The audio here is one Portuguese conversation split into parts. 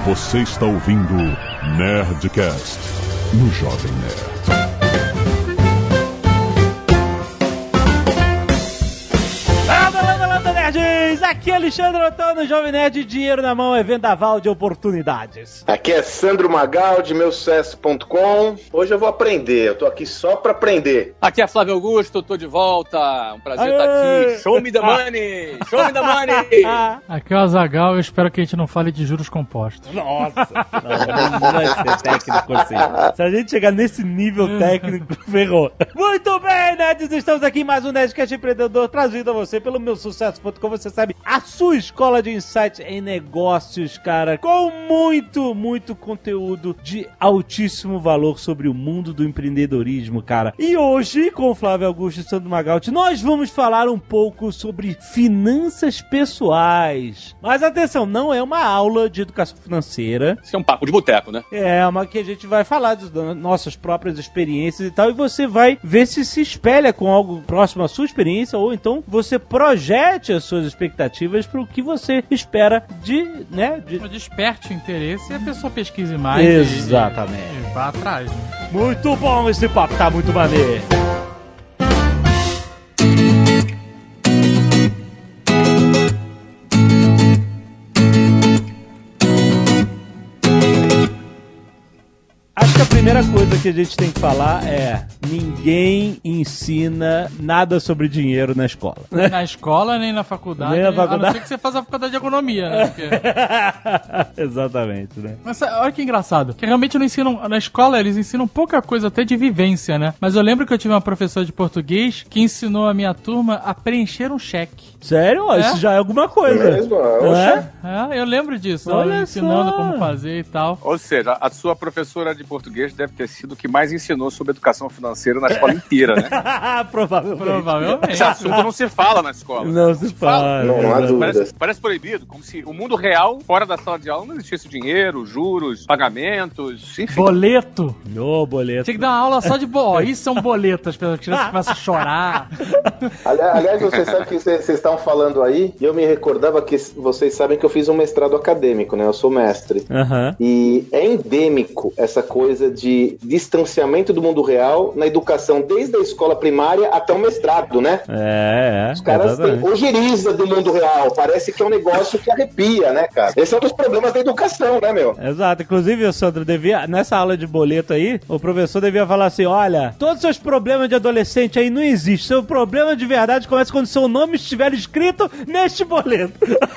Você está ouvindo Nerdcast no Jovem Nerd. Aqui é Alexandre Antônio, Jovem Nerd, dinheiro na mão é vendaval de oportunidades. Aqui é Sandro Magal, de meusucesso.com. Hoje eu vou aprender, eu tô aqui só pra aprender. Aqui é Flávio Augusto, tô de volta, um prazer estar aqui. Show me the money, show me the money. Aqui é o Azaghal, eu espero que a gente não fale de juros compostos. Nossa, não vai ser técnico assim. Se a gente chegar nesse nível técnico, ferrou. Muito bem, nerds, estamos aqui em mais um Nerdcast Empreendedor, trazido a você pelo meusucesso.com. Você sabe, a sua escola de insights em negócios, cara, com muito conteúdo de altíssimo valor sobre o mundo do empreendedorismo, cara. E hoje, com o Flávio Augusto e Sandro Magaldi, nós vamos falar um pouco sobre finanças pessoais. Mas atenção, não é uma aula de educação financeira. Isso é um papo de boteco, né? É, uma que a gente vai falar das nossas próprias experiências e tal, e você vai ver se espelha com algo próximo à sua experiência, ou então você projete as suas expectativas para o que você espera de, né? Desperte o interesse e a pessoa pesquise mais. Exatamente. E vá atrás. Muito bom esse papo, tá muito maneiro. Acho que a primeira coisa que a gente tem que falar é: ninguém ensina nada sobre dinheiro na escola. Nem na escola, nem na faculdade. Nem na faculdade. A não ser que você faça a faculdade de economia, né? Porque... Exatamente, né? Mas olha que engraçado, que realmente não ensinam, na escola eles ensinam pouca coisa até de vivência, né? Mas eu lembro que eu tive uma professora de português que ensinou a minha turma a preencher um cheque. Sério? Isso já é alguma coisa. É mesmo? Eu lembro disso, Olha ensinando só como fazer e tal. Ou seja, a sua professora de português deve ter sido o que mais ensinou sobre educação financeira na escola inteira, né? Provavelmente. Esse assunto não se fala na escola. Não se fala. Não há dúvidas. Parece proibido, como se o mundo real, fora da sala de aula, não existisse dinheiro, juros, pagamentos, enfim. Boleto. Boleto. Tinha que dar uma aula só de isso são boletos, as crianças começam a chorar. Aliás, vocês sabem que vocês estão falando aí, e eu me recordava que vocês sabem que eu fiz um mestrado acadêmico, né? Eu sou mestre. Uhum. E é endêmico essa coisa de distanciamento do mundo real na educação, desde a escola primária até o mestrado, né? Os caras têm ojeriza do mundo real. Parece que é um negócio que arrepia, né, cara? Esse é um dos problemas da educação, né, meu? Exato. Inclusive, Sandro, nessa aula de boleto aí, o professor devia falar assim: olha, todos os seus problemas de adolescente aí não existem. Seu problema de verdade começa quando seu nome estiver escrito neste boleto.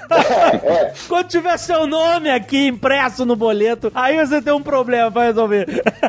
Quando tiver seu nome aqui impresso no boleto, aí você tem um problema pra resolver.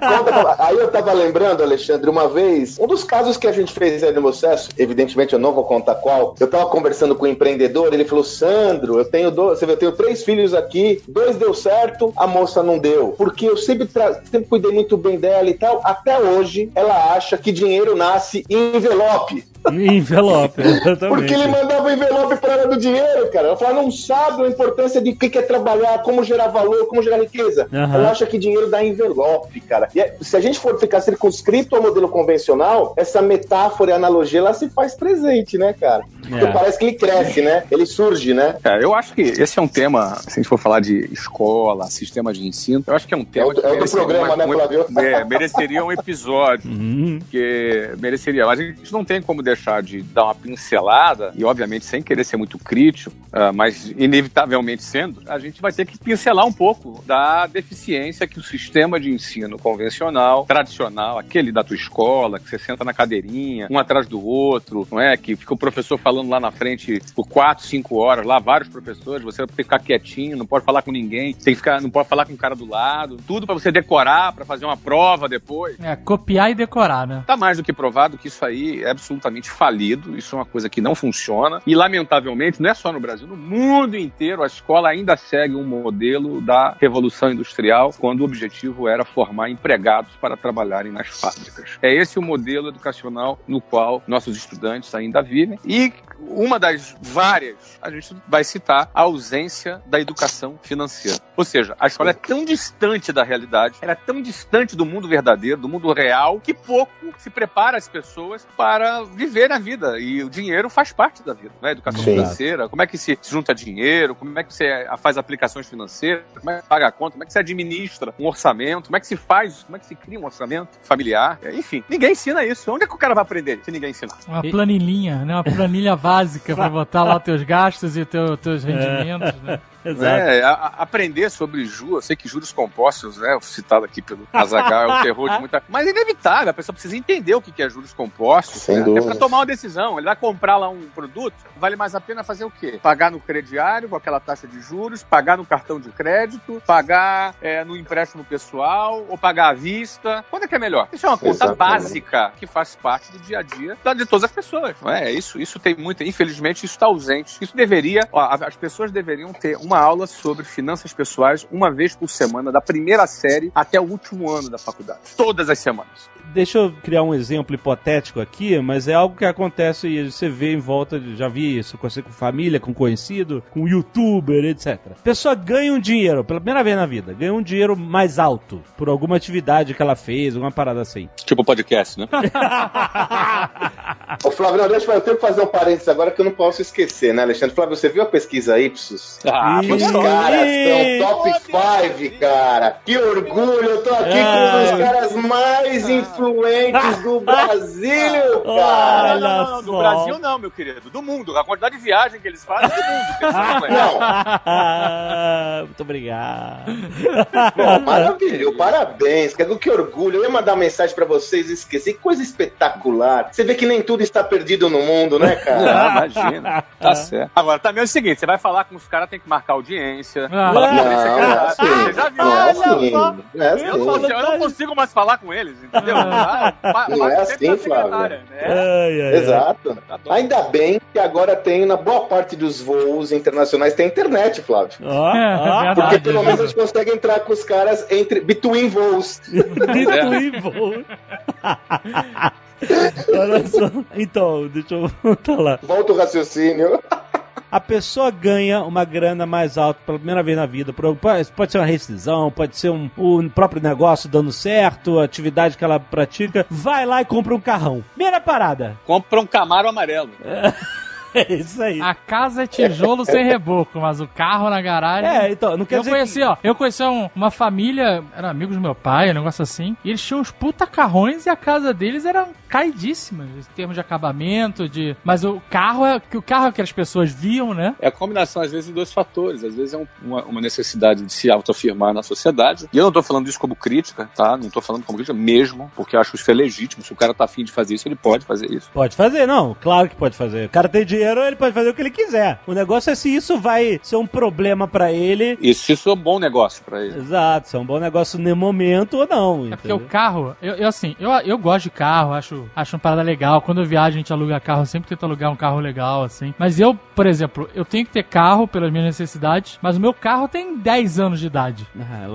Aí eu tava lembrando, Alexandre, uma vez, um dos casos que a gente fez aí no meu sucesso, evidentemente eu não vou contar qual, eu tava conversando com um empreendedor, ele falou: Sandro, eu tenho 3 filhos aqui, 2 deu certo, a moça não deu, porque eu sempre cuidei muito bem dela e tal, até hoje ela acha que dinheiro nasce em envelope. Envelope, exatamente. Porque ele mandava envelope pra ela do dinheiro, cara. Ela fala, não sabe a importância de o que é trabalhar, como gerar valor, como gerar riqueza. Uhum. Ela acha que dinheiro dá envelope, cara. E se a gente for ficar circunscrito ao modelo convencional, essa metáfora e analogia, ela se faz presente, né, cara? Porque parece que ele cresce, né? Ele surge, né? Eu acho que esse é um tema, se a gente for falar de escola, sistema de ensino, eu acho que é um tema é do programa, né, Flávio? Mereceria um episódio, que mereceria. Mas a gente não tem como deixar de dar uma pincelada, e obviamente sem querer ser muito crítico, mas inevitavelmente sendo, a gente vai ter que pincelar um pouco da deficiência que o sistema de ensino convencional, tradicional, aquele da tua escola, que você senta na cadeirinha, um atrás do outro, não é? Que fica o professor falando lá na frente por 4, 5 horas, lá vários professores, você vai ficar quietinho, não pode falar com ninguém, não pode falar com o cara do lado, tudo pra você decorar, pra fazer uma prova depois. Copiar e decorar, né? Tá mais do que provado que isso aí é absolutamente falido, isso é uma coisa que não funciona, e lamentavelmente, não é só no Brasil, no mundo inteiro, a escola ainda segue um modelo da Revolução Industrial, quando o objetivo era formar empregados para trabalharem nas fábricas. É esse o modelo educacional no qual nossos estudantes ainda vivem, e uma das várias, a gente vai citar a ausência da educação financeira. Ou seja, a escola é tão distante da realidade, ela é tão distante do mundo verdadeiro, do mundo real, que pouco se prepara as pessoas para viver viver na vida. E o dinheiro faz parte da vida, né? Educação financeira, como é que se junta dinheiro, como é que você faz aplicações financeiras, como é que paga a conta, como é que você administra um orçamento, como é que se faz, como é que se cria um orçamento familiar. Enfim, ninguém ensina isso. Onde é que o cara vai aprender se ninguém ensinar? Uma planilhinha, né? Uma planilha básica pra botar lá teus gastos e teus rendimentos, né? Exato. Aprender sobre juros, eu sei que juros compostos, né, citado aqui pelo Azaghal, é o terror de muita... Mas é inevitável, a pessoa precisa entender o que é juros compostos, né? É pra tomar uma decisão. Ele vai comprar lá um produto, vale mais a pena fazer o quê? Pagar no crediário com aquela taxa de juros, pagar no cartão de crédito, pagar no empréstimo pessoal, ou pagar à vista. Quando é que é melhor? Isso é uma conta básica que faz parte do dia a dia de todas as pessoas. Não é? Isso tem muita... Infelizmente, isso está ausente. Isso deveria... as pessoas deveriam ter uma aula sobre finanças pessoais uma vez por semana, da primeira série até o último ano da faculdade. Todas as semanas. Deixa eu criar um exemplo hipotético aqui, mas é algo que acontece e você vê em volta, já vi isso acontecer com família, com conhecido, com youtuber, etc. A pessoa ganha um dinheiro, pela primeira vez na vida, ganha um dinheiro mais alto por alguma atividade que ela fez, alguma parada assim. Tipo podcast, né? Ô Flávio, não, deixa eu ter que fazer um parênteses agora que eu não posso esquecer, né, Alexandre? Flávio, você viu a pesquisa Ipsos? Os caras são top 5, cara. Que orgulho, eu tô aqui com um dos caras mais influentes do Brasil, cara. Não, do Brasil não, meu querido. Do mundo. A quantidade de viagem que eles fazem é do mundo. Não. Muito obrigado. Bom, maravilhoso, parabéns. Que orgulho. Eu ia mandar uma mensagem pra vocês e esqueci. Que coisa espetacular. Você vê que nem tudo está perdido no mundo, né, cara? Não, imagina. Tá certo. Agora, também é o seguinte, você vai falar com os caras, tem que marcar audiência. Você já viu? Eu não consigo mais falar com eles, entendeu? Não é assim, Flávio. Exato. Ainda bem que agora tem, na boa parte dos voos internacionais, tem internet, Flávio. Porque pelo menos a gente consegue entrar com os caras between voos. Between voos. Olha só. Então, deixa eu voltar lá. Volta o raciocínio. A pessoa ganha uma grana mais alta pela primeira vez na vida. Pode ser uma rescisão, pode ser um próprio negócio dando certo, a atividade que ela pratica. Vai lá e compra um carrão. Primeira parada. Compra um Camaro amarelo. É isso aí. A casa é tijolo sem reboco, mas o carro na garagem... então, não quer dizer Eu conheci uma família, eram amigos do meu pai, um negócio assim, e eles tinham uns puta carrões e a casa deles era caidíssima, em termos de acabamento, mas o carro é que as pessoas viam, né? É a combinação, às vezes, de dois fatores. Às vezes é uma necessidade de se autoafirmar na sociedade. E eu não tô falando disso como crítica, tá? Não tô falando como crítica mesmo, porque eu acho isso é legítimo. Se o cara tá afim de fazer isso, ele pode fazer isso. Pode fazer, não. Claro que pode fazer. O cara tem dinheiro, ele pode fazer o que ele quiser. O negócio é se isso vai ser um problema pra ele. E se isso é um bom negócio pra ele. Exato. Se é um bom negócio no momento ou não. É porque o carro... Eu gosto de carro, acho uma parada legal. Quando eu viajo, a gente aluga carro. Eu sempre tento alugar um carro legal, assim. Mas eu, por exemplo, eu tenho que ter carro pelas minhas necessidades, mas o meu carro tem 10 anos de idade.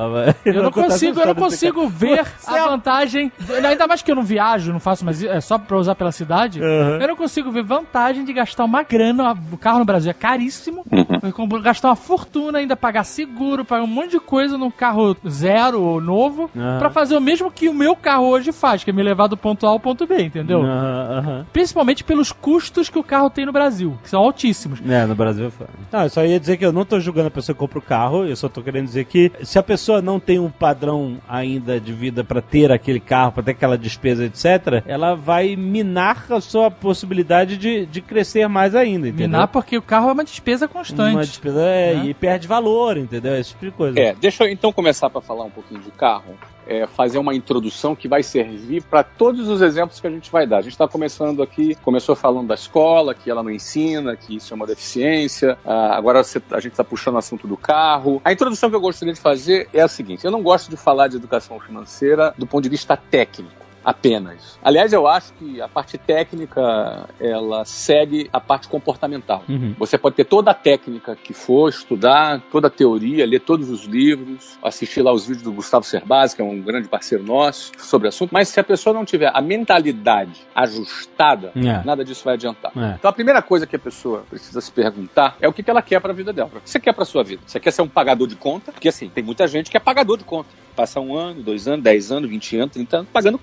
Eu não consigo ver a vantagem... Ainda mais que eu não viajo, não faço mais... É só pra usar pela cidade. Eu não consigo ver vantagem de gastar uma grana. O carro no Brasil é caríssimo. Gastar uma fortuna, ainda pagar seguro, pagar um monte de coisa num carro zero ou novo, pra fazer o mesmo que o meu carro hoje faz, que é me levar do ponto A ao ponto B, entendeu? Principalmente pelos custos que o carro tem no Brasil, que são altíssimos. No Brasil é foda. Não, eu só ia dizer que eu não tô julgando a pessoa que compra o carro, eu só tô querendo dizer que se a pessoa não tem um padrão ainda de vida pra ter aquele carro, pra ter aquela despesa, etc., ela vai minar a sua possibilidade de crescer mais ainda, entendeu? Minar porque o carro é uma despesa constante. Uma despesa, e perde valor, entendeu? Esse tipo de coisa. Deixa eu então começar pra falar um pouquinho de carro. Fazer uma introdução que vai servir para todos os exemplos que a gente vai dar. A gente está começou falando da escola, que ela não ensina, que isso é uma deficiência. Agora a gente está puxando o assunto do carro. A introdução que eu gostaria de fazer é a seguinte: eu não gosto de falar de educação financeira do ponto de vista técnico. Apenas. Aliás, eu acho que a parte técnica, ela segue a parte comportamental. Você pode ter toda a técnica que for, estudar toda a teoria, ler todos os livros, assistir lá os vídeos do Gustavo Cerbasi, que é um grande parceiro nosso, sobre o assunto, mas se a pessoa não tiver a mentalidade ajustada, nada disso vai adiantar. Então, a primeira coisa que a pessoa precisa se perguntar é o que ela quer para a vida dela. O que você quer para a sua vida? Você quer ser um pagador de conta? Porque, assim, tem muita gente que é pagador de conta. Passa 1 ano, 2 anos, 10 anos, 20 anos, 30 anos pagando conta.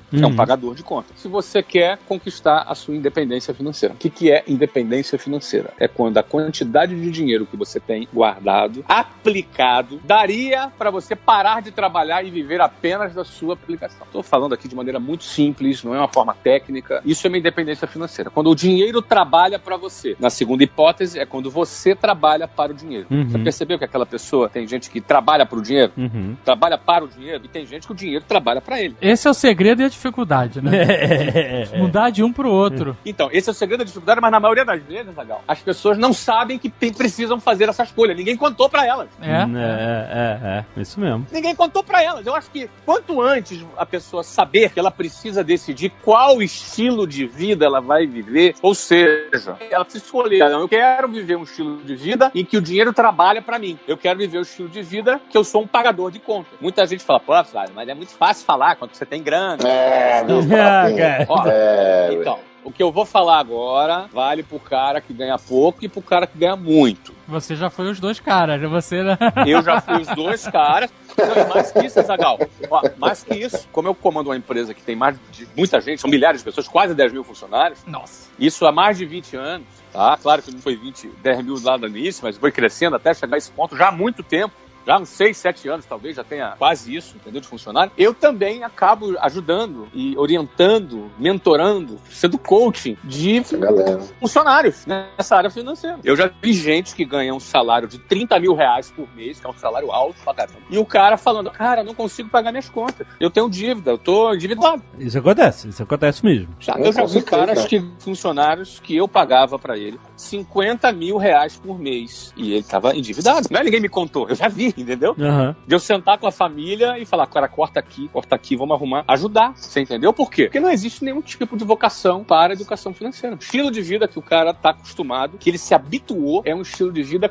É um pagador de conta. Se você quer conquistar a sua independência financeira. O que é independência financeira? É quando a quantidade de dinheiro que você tem guardado, aplicado, daria para você parar de trabalhar e viver apenas da sua aplicação. Estou falando aqui de maneira muito simples, não é uma forma técnica. Isso é uma independência financeira. Quando o dinheiro trabalha para você. Na segunda hipótese, é quando você trabalha para o dinheiro. Você percebeu que aquela pessoa, tem gente que trabalha para o dinheiro, trabalha para o dinheiro, e tem gente que o dinheiro trabalha para ele. Esse é o segredo e a dificuldade, né? Mudar de um pro outro. Então, esse é o segredo da dificuldade, mas na maioria das vezes, Zagal, as pessoas não sabem que precisam fazer essa escolha. Ninguém contou para elas. Isso mesmo. Ninguém contou para elas. Eu acho que quanto antes a pessoa saber que ela precisa decidir qual estilo de vida ela vai viver, ou seja, ela precisa escolher. Eu quero viver um estilo de vida em que o dinheiro trabalha para mim. Eu quero viver o estilo de vida que eu sou um pagador de conta. Muita gente fala, pô, Flávio, mas é muito fácil falar quando você tem grana. Então, o que eu vou falar agora vale pro cara que ganha pouco e pro cara que ganha muito. Você já foi os dois caras, você... Eu já fui os dois caras. Não, mais que isso, Zagal. Mais que isso, como eu comando uma empresa que tem mais de muita gente, são milhares de pessoas, quase 10 mil funcionários. Nossa. Isso há mais de 20 anos, tá? Claro que não foi 10 mil lá no início, mas foi crescendo até chegar a esse ponto já há muito tempo. Já uns 6, 7 anos, talvez, já tenha quase isso, entendeu, de funcionário. Eu também acabo ajudando e orientando, mentorando, sendo coaching de funcionários nessa área financeira. Eu já vi gente que ganha um salário de 30 mil reais por mês, que é um salário alto pra caramba. E o cara falando, cara, não consigo pagar minhas contas. Eu tenho dívida, eu tô endividado. Isso acontece mesmo. Eu já vi funcionários que eu pagava pra ele 50 mil reais por mês. E ele tava endividado. Não é ninguém me contou, eu já vi. Entendeu? De eu sentar com a família e falar, cara, corta aqui, vamos arrumar. Ajudar, você entendeu? Por quê? Porque não existe nenhum tipo de vocação para a educação financeira. O estilo de vida que o cara tá acostumado, que ele se habituou, é um estilo de vida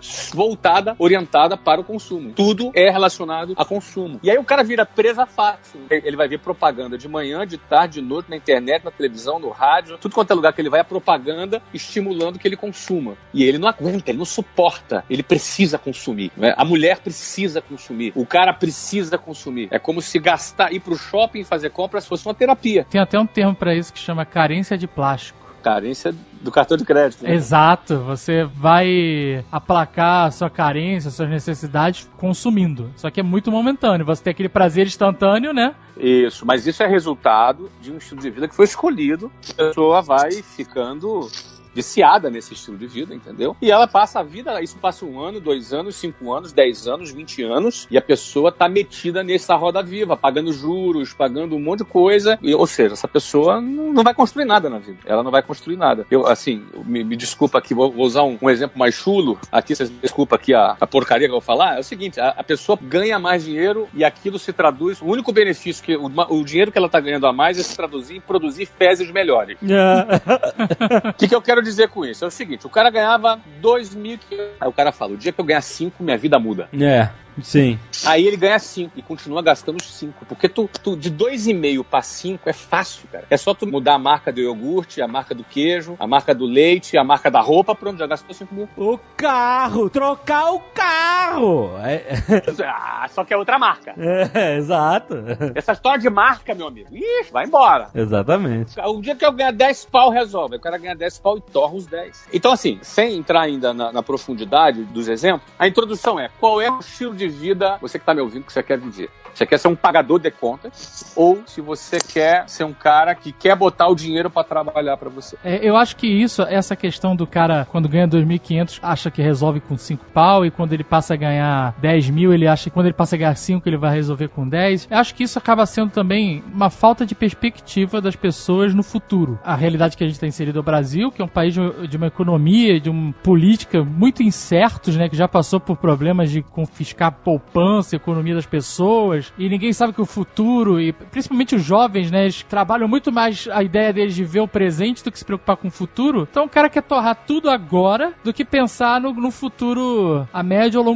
orientada para o consumo. Tudo é relacionado a consumo. E aí o cara vira presa fácil. Ele vai ver propaganda de manhã, de tarde, de noite, na internet, na televisão, no rádio, tudo quanto é lugar que ele vai, a propaganda estimulando que ele consuma. E ele não aguenta, ele não suporta, ele precisa consumir. Né? A mulher precisa consumir. O cara precisa consumir. É como se ir pro shopping e fazer compras fosse uma terapia. Tem até um termo pra isso que chama carência de plástico. Carência do cartão de crédito. Né? Exato. Você vai aplacar a sua carência, suas necessidades consumindo. Só que é muito momentâneo. Você tem aquele prazer instantâneo, né? Isso. Mas isso é resultado de um estilo de vida que foi escolhido. A pessoa vai ficando viciada nesse estilo de vida, entendeu? E ela passa a vida, isso passa 1 ano, 2 anos, 5 anos, 10 anos, 20 anos, e a pessoa tá metida nessa roda viva, pagando juros, pagando um monte de coisa, ou seja, essa pessoa não vai construir nada na vida. Ela não vai construir nada. Eu, assim, me desculpa aqui, vou usar um exemplo mais chulo, aqui vocês me desculpa aqui a porcaria que eu vou falar, é o seguinte, a pessoa ganha mais dinheiro e aquilo se traduz, o único benefício que o dinheiro que ela tá ganhando a mais é se traduzir em produzir fezes melhores. O que eu quero dizer com isso? É o seguinte, o cara ganhava 2.500. Aí o cara fala, o dia que eu ganhar 5, minha vida muda. Sim. Aí ele ganha 5 e continua gastando os 5. Porque tu de 2,5 para 5 é fácil, cara. É só tu mudar a marca do iogurte, a marca do queijo, a marca do leite, a marca da roupa, pronto, já gastou 5 mil. O carro! Trocar o carro! Só que é outra marca. Exato. Essa história de marca, meu amigo, ixi, vai embora. Exatamente. O dia que eu ganhar 10 pau, resolve. O cara ganha 10 pau e torra os 10. Então, assim, sem entrar ainda na profundidade dos exemplos, a introdução é, qual é o estilo de vida, você que tá me ouvindo, que você quer viver? Você quer ser um pagador de contas ou se você quer ser um cara que quer botar o dinheiro pra trabalhar pra você? Eu acho que essa questão do cara, quando ganha 2.500, acha que resolve com 5 pau e quando ele passa a ganhar 10 mil, ele acha que quando ele passa a ganhar 5, ele vai resolver com 10. Eu acho que isso acaba sendo também uma falta de perspectiva das pessoas no futuro. A realidade que a gente está inserido é o Brasil, que é um país de uma economia, de uma política muito incertos, né, que já passou por problemas de confiscar poupança, economia das pessoas, e ninguém sabe que o futuro, e principalmente os jovens, né, eles trabalham muito mais a ideia deles de ver o presente do que se preocupar com o futuro. Então o cara quer torrar tudo agora do que pensar no futuro a médio ou longo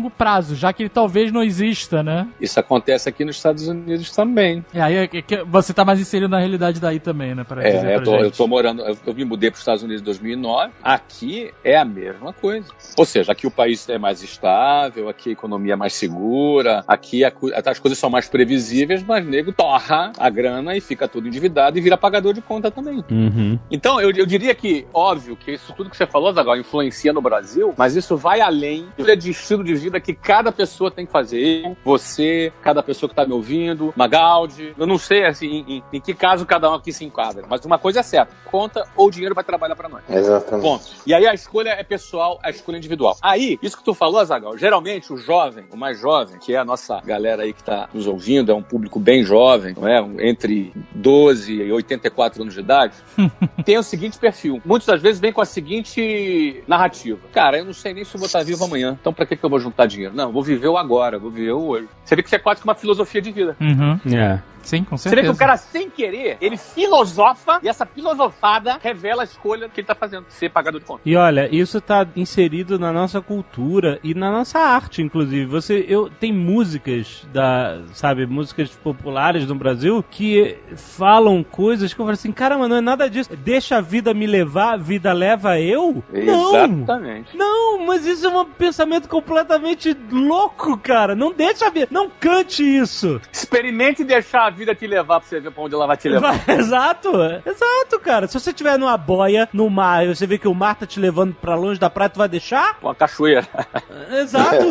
longo prazo, já que ele talvez não exista, né? Isso acontece aqui nos Estados Unidos também. Aí você tá mais inserido na realidade daí também, né? Eu tô morando, eu me mudei para os Estados Unidos em 2009. Aqui é a mesma coisa. Ou seja, aqui o país é mais estável, aqui a economia é mais segura, aqui as coisas são mais previsíveis, mas nego torra a grana e fica tudo endividado e vira pagador de conta também. Então, eu diria que, óbvio, que isso tudo que você falou, Zagal, influencia no Brasil, mas isso vai além de estilo de vida que cada pessoa tem que fazer. Eu, você, cada pessoa que está me ouvindo, Magaldi, eu não sei assim, em que caso cada um aqui se enquadra, mas uma coisa é certa, conta ou dinheiro vai trabalhar para nós. Exatamente. Ponto. E aí a escolha é pessoal, a escolha é individual. Aí, isso que tu falou, Zagal, geralmente o jovem, o mais jovem, que é a nossa galera aí que está nos ouvindo, é um público bem jovem, não é? Entre 12 e 84 anos de idade, tem o seguinte perfil. Muitas das vezes vem com a seguinte narrativa. Cara, eu não sei nem se eu vou estar vivo amanhã, então pra que eu vou juntar dinheiro? Não, vou viver o agora, vou viver o hoje. Você vê que isso é quase que uma filosofia de vida. Sim, com certeza. Você vê que o cara, sem querer, ele filosofa e essa filosofada revela a escolha que ele tá fazendo, ser pagador de conta. E olha, isso tá inserido na nossa cultura e na nossa arte, inclusive. Tem músicas músicas populares no Brasil que falam coisas que eu falo assim, caramba, não é nada disso. Deixa a vida me levar, a vida leva eu? Exatamente. Não, mas isso é um pensamento completamente louco, cara. Não deixa a vida, não cante isso. Experimente deixar a vida te levar pra você ver pra onde ela vai te levar. Exato, cara. Se você estiver numa boia, no mar, e você vê que o mar tá te levando pra longe da praia, tu vai deixar? Uma cachoeira. Exato.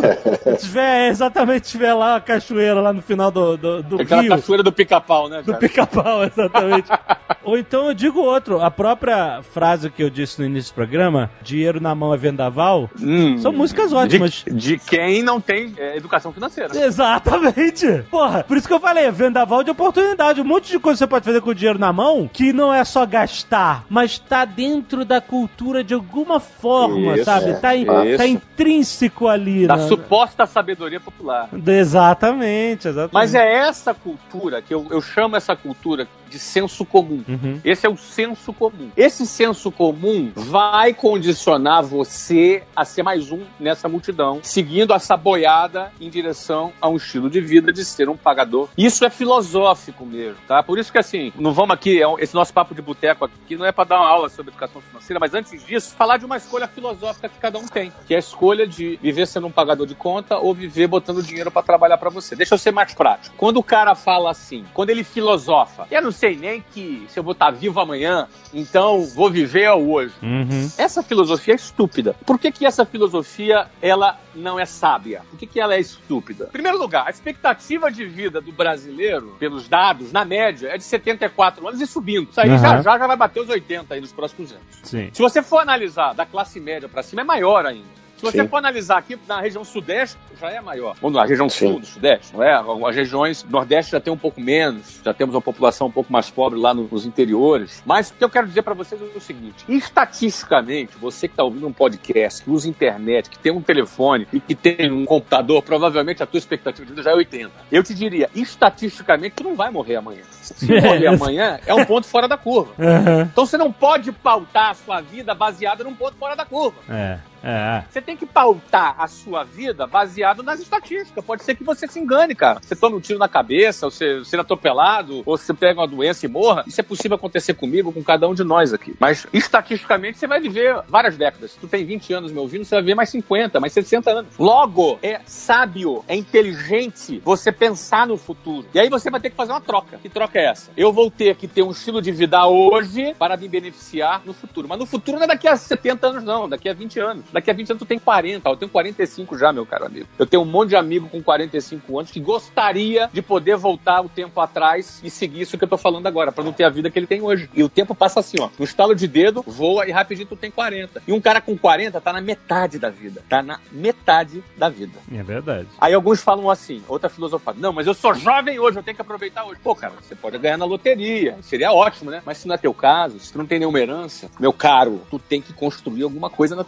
Se tiver lá a cachoeira lá no final do aquela rio. Cachoeira do Pica-Pau, né? Do Pica-Pau, exatamente. Ou então eu digo outro, a própria frase que eu disse no início do programa, dinheiro na mão é vendaval, são músicas ótimas. De quem não tem educação financeira. Exatamente. Porra, por isso que eu falei, vendaval de oportunidade. Um monte de coisa você pode fazer com o dinheiro na mão, que não é só gastar, mas tá dentro da cultura de alguma forma, isso, sabe? Tá intrínseco ali. Da suposta sabedoria popular. Exatamente. Mas é essa cultura, que eu chamo essa cultura de senso comum. Esse é o senso comum. Esse senso comum vai condicionar você a ser mais um nessa multidão, seguindo essa boiada em direção a um estilo de vida de ser um pagador. Isso é filosófico mesmo, tá? Por isso que assim, não vamos aqui, esse nosso papo de boteco aqui não é para dar uma aula sobre educação financeira, mas antes disso, falar de uma escolha filosófica que cada um tem, que é a escolha de viver sendo um pagador de conta ou viver botando dinheiro para trabalhar para você. Deixa eu ser mais prático. Quando o cara fala assim, quando ele filosofa, eu não sei nem que se eu vou estar vivo amanhã, então vou viver hoje. Essa filosofia é estúpida. Por que essa filosofia, ela não é sábia? Por que ela é estúpida? Em primeiro lugar, a expectativa de vida do brasileiro, pelos dados, na média, é de 74 anos e subindo. Isso aí já vai bater os 80 aí nos próximos anos. Sim. Se você for analisar da classe média para cima, é maior ainda. Se você for analisar aqui na região sudeste, já é maior. Ou na região sul do sudeste, não é? As regiões nordeste já tem um pouco menos, já temos uma população um pouco mais pobre lá nos interiores. Mas o que eu quero dizer para vocês é o seguinte, estatisticamente, você que está ouvindo um podcast, que usa internet, que tem um telefone e que tem um computador, provavelmente a tua expectativa de vida já é 80. Eu te diria, estatisticamente, tu não vai morrer amanhã. Se morrer amanhã, é um ponto fora da curva. Então você não pode pautar a sua vida baseada num ponto fora da curva. Você tem que pautar a sua vida baseado nas estatísticas. Pode ser que você se engane, cara. Você tome um tiro na cabeça, ou você seja atropelado, ou você pega uma doença e morra. Isso é possível acontecer comigo, com cada um de nós aqui. Mas, estatisticamente, você vai viver várias décadas. Se tu tem 20 anos me ouvindo, você vai viver mais 50, mais 60 anos. Logo, é sábio, é inteligente você pensar no futuro. E aí você vai ter que fazer uma troca. Que troca é essa? Eu vou ter que ter um estilo de vida hoje para me beneficiar no futuro. Mas no futuro não é daqui a 70 anos, não. Daqui a 20 anos. Daqui a 20 anos tu tem 40, eu tenho 45 já, meu caro amigo. Eu tenho um monte de amigo com 45 anos que gostaria de poder voltar o tempo atrás e seguir isso que eu tô falando agora, pra não ter a vida que ele tem hoje. E o tempo passa assim, ó, no estalo de dedo, voa e rapidinho tu tem 40. E um cara com 40 tá na metade da vida. Tá na metade da vida. É verdade. Aí alguns falam assim, outra filosofada, não, mas eu sou jovem hoje, eu tenho que aproveitar hoje. Pô, cara, você pode ganhar na loteria, seria ótimo, né? Mas se não é teu caso, se tu não tem nenhuma herança, meu caro, tu tem que construir alguma coisa na tua vida.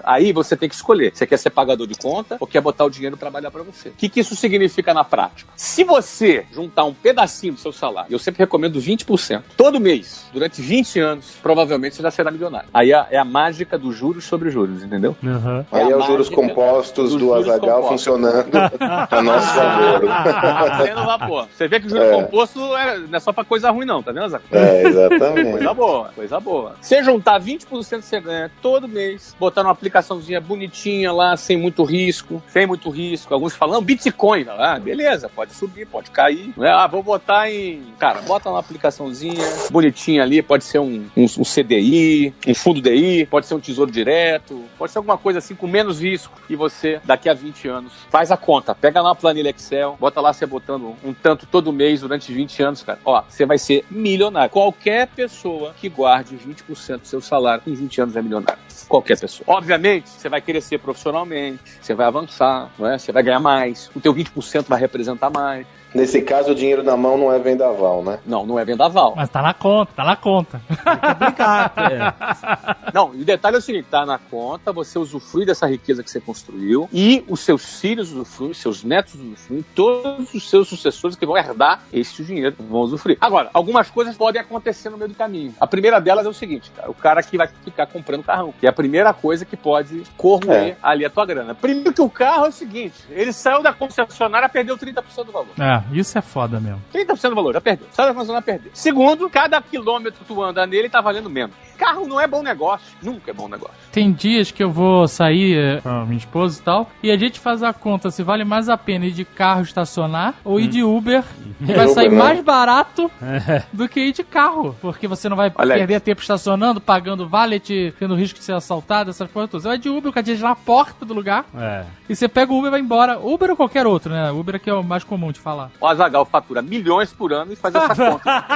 Aí você tem que escolher. Você quer ser pagador de conta ou quer botar o dinheiro trabalhar para você? O que isso significa na prática? Se você juntar um pedacinho do seu salário, eu sempre recomendo 20%, todo mês, durante 20 anos, provavelmente você já será milionário. Aí é a mágica dos juros sobre juros, entendeu? Uhum. Aí é os juros compostos do Azaghal funcionando a nosso favor. Fazendo vapor. Você vê que o juro composto não é só pra coisa ruim, não, tá vendo, Azaghal? Exatamente. Coisa boa, coisa boa. Você juntar 20% que você ganha todo mês, botar numa aplicaçãozinha bonitinha lá, sem muito risco. Alguns falam, Bitcoin. Ah, beleza, pode subir, pode cair. Vou botar em... Cara, bota uma aplicaçãozinha bonitinha ali, pode ser um CDI, um fundo DI, pode ser um tesouro direto, pode ser alguma coisa assim com menos risco. E você, daqui a 20 anos, faz a conta. Pega lá uma planilha Excel, bota lá você botando um tanto todo mês durante 20 anos, cara. Ó, você vai ser milionário. Qualquer pessoa que guarde 20% do seu salário em 20 anos é milionário. Qualquer pessoa. Obviamente, você vai crescer profissionalmente, você vai avançar, não é? Você vai ganhar mais, o teu 20% vai representar mais. Nesse caso, o dinheiro na mão não é vendaval, né? Não é vendaval. Mas tá na conta. Não, e o detalhe é o seguinte, tá na conta, você usufrui dessa riqueza que você construiu e os seus filhos usufruem, seus netos usufruem, todos os seus sucessores que vão herdar esse dinheiro vão usufruir. Agora, algumas coisas podem acontecer no meio do caminho. A primeira delas é o seguinte, cara, o cara que vai ficar comprando carrão, que é a primeira coisa que pode corroer ali a tua grana. Primeiro que o carro é o seguinte, ele saiu da concessionária e perdeu 30% do valor. Isso é foda mesmo. 30% do valor, já perdeu. Saiu da concessionária, perdeu. Segundo, cada quilômetro que tu anda nele tá valendo menos. Carro não é bom negócio. Nunca é bom negócio. Tem dias que eu vou sair com a minha esposa e tal, e a gente faz a conta se vale mais a pena ir de carro estacionar ou ir de Uber, que vai sair mais barato do que ir de carro, porque você não vai perder tempo estacionando, pagando valet, tendo risco de ser assaltado, essas coisas todas. Você vai de Uber, o cara diz na porta do lugar, e você pega o Uber e vai embora. Uber ou qualquer outro, né? Uber aqui é o mais comum de falar. O Azaghal fatura milhões por ano e faz essa conta.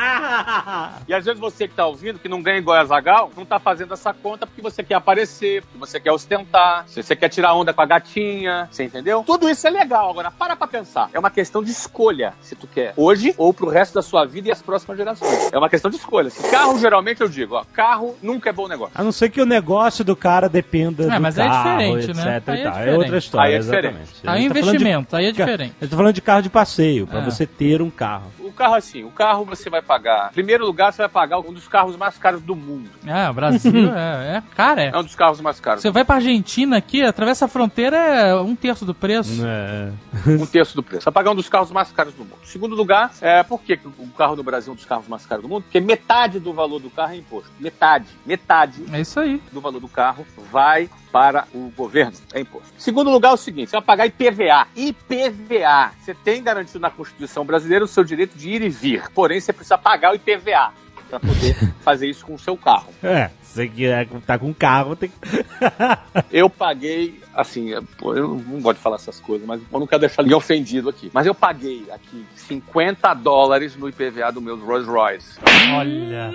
E às vezes você que tá ouvindo, que não ganha igual a Azaghal, não tá fazendo essa conta porque você quer aparecer, porque você quer ostentar, se você quer tirar onda com a gatinha, você entendeu? Tudo isso é legal. Agora, para pra pensar. É uma questão de escolha, se tu quer. Hoje ou pro resto da sua vida e as próximas gerações. É uma questão de escolha. Carro, geralmente, eu digo, carro nunca é bom negócio. A não ser que o negócio do cara dependa do mas carro, é diferente, etc. né? Aí É outra história, aí é exatamente. Aí é investimento, aí é diferente. Eu tô falando de carro de passeio, pra você ter um carro. O carro, assim, o carro você vai pagar... Em primeiro lugar, você vai pagar um dos carros mais caros do mundo. O Brasil cara, é um dos carros mais caros. Você vai pra Argentina aqui, atravessa a fronteira, é 1/3 do preço. 1/3 do preço. Vai pagar um dos carros mais caros do mundo. Segundo lugar, por que o carro no Brasil é um dos carros mais caros do mundo? Porque metade do valor do carro é imposto. Metade. É isso aí. Do valor do carro vai para o governo, é imposto. Segundo lugar, é o seguinte, você vai pagar IPVA. IPVA. Você tem garantido na Constituição brasileira o seu direito de ir e vir. Porém, você precisa pagar o IPVA para poder fazer isso com o seu carro. Você que tá com carro, tem que... Eu paguei, assim, eu não gosto de falar essas coisas, mas eu não quero deixar ninguém ofendido aqui. Mas eu paguei aqui $50 no IPVA do meu Rolls Royce. Olha.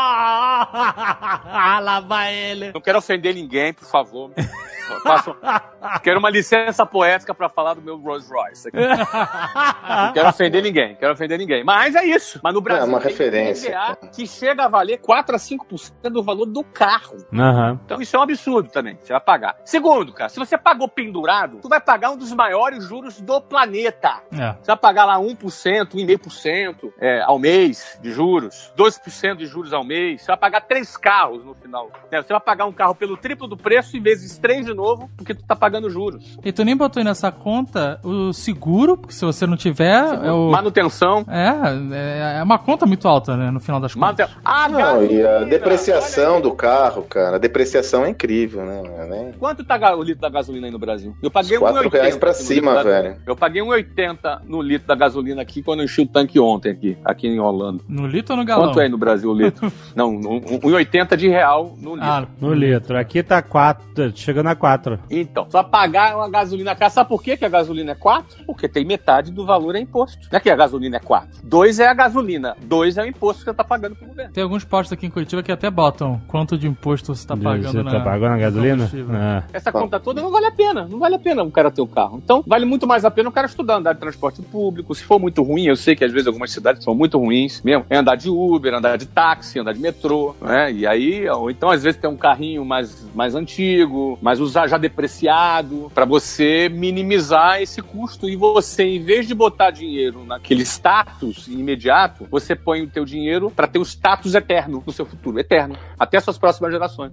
Lá vai ele. Não quero ofender ninguém, por favor. Quero uma licença poética pra falar do meu Rolls Royce. Não quero ofender ninguém. Mas é isso. Mas no Brasil é uma referência, IPVA que chega a valer 4 a 5% do valor do carro. Então isso é um absurdo também. Você vai pagar. Segundo, cara, se você pagou pendurado, tu vai pagar um dos maiores juros do planeta. Você vai pagar lá 1%, 1,5% ao mês de juros, 12% de juros ao mês. Você vai pagar 3 carros no final. Você vai pagar um carro pelo triplo do preço e vezes 3 de novo, porque tu tá pagando juros. E tu nem botou aí nessa conta o seguro, porque se você não tiver... Manutenção. É uma conta muito alta, né, no final das contas. E a depreciação do carro, cara, a depreciação é incrível, né? Quanto tá o litro da gasolina aí no Brasil? Eu paguei R$4 pra cima, velho. Eu paguei R$1,80 no litro da gasolina aqui quando eu enchi o tanque ontem aqui em Orlando. No litro ou no galão? Quanto é aí no Brasil o litro? Não, R$1,80 no litro. No litro. Aqui tá chegando a 4 4. Então, só pagar uma gasolina cara. Sabe por que a gasolina é 4? Porque tem metade do valor é imposto. Não é que a gasolina é 4. 2 é a gasolina, 2 é o imposto que você tá pagando pro governo. Tem alguns postos aqui em Curitiba que até botam quanto de imposto você tá pagando Você tá pagando na gasolina? Essa conta toda não vale a pena. Não vale a pena o cara ter o carro. Então, vale muito mais a pena o cara estudar, andar de transporte público. Se for muito ruim, eu sei que às vezes algumas cidades são muito ruins mesmo. É andar de Uber, andar de táxi, andar de metrô, né? E aí, ou então às vezes tem um carrinho mais antigo, mais já depreciado, para você minimizar esse custo. E você, em vez de botar dinheiro naquele status imediato, você põe o teu dinheiro para ter um status eterno no seu futuro, eterno, até suas próximas gerações.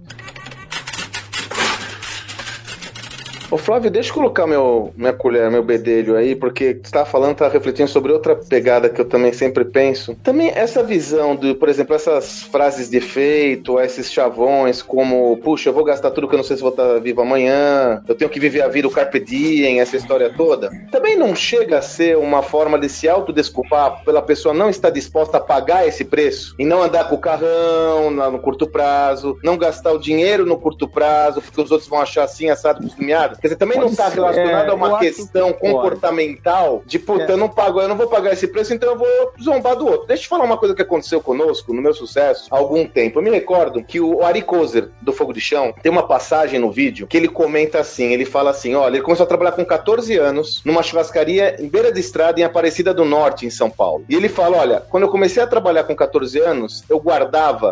Ô Flávio, deixa eu colocar minha colher, meu bedelho aí, porque você tá falando, tá refletindo sobre outra pegada que eu também sempre penso. Também essa visão de, por exemplo, essas frases de efeito, esses chavões como, puxa, eu vou gastar tudo que eu não sei se vou estar vivo amanhã, eu tenho que viver a vida, o carpe diem, essa história toda. Também não chega a ser uma forma de se autodesculpar pela pessoa não estar disposta a pagar esse preço e não andar com o carrão no curto prazo, não gastar o dinheiro no curto prazo, porque os outros vão achar assim, assado, costumeado. Quer dizer, também não está relacionado a uma questão comportamental de, puta, eu não vou pagar esse preço, então eu vou zombar do outro. Deixa eu te falar uma coisa que aconteceu conosco, no meu sucesso, há algum tempo. Eu me recordo que o Ari Kozer, do Fogo de Chão, tem uma passagem no vídeo que ele comenta assim, ele fala assim, olha, ele começou a trabalhar com 14 anos numa churrascaria em beira de estrada em Aparecida do Norte, em São Paulo. E ele fala, olha, quando eu comecei a trabalhar com 14 anos, eu guardava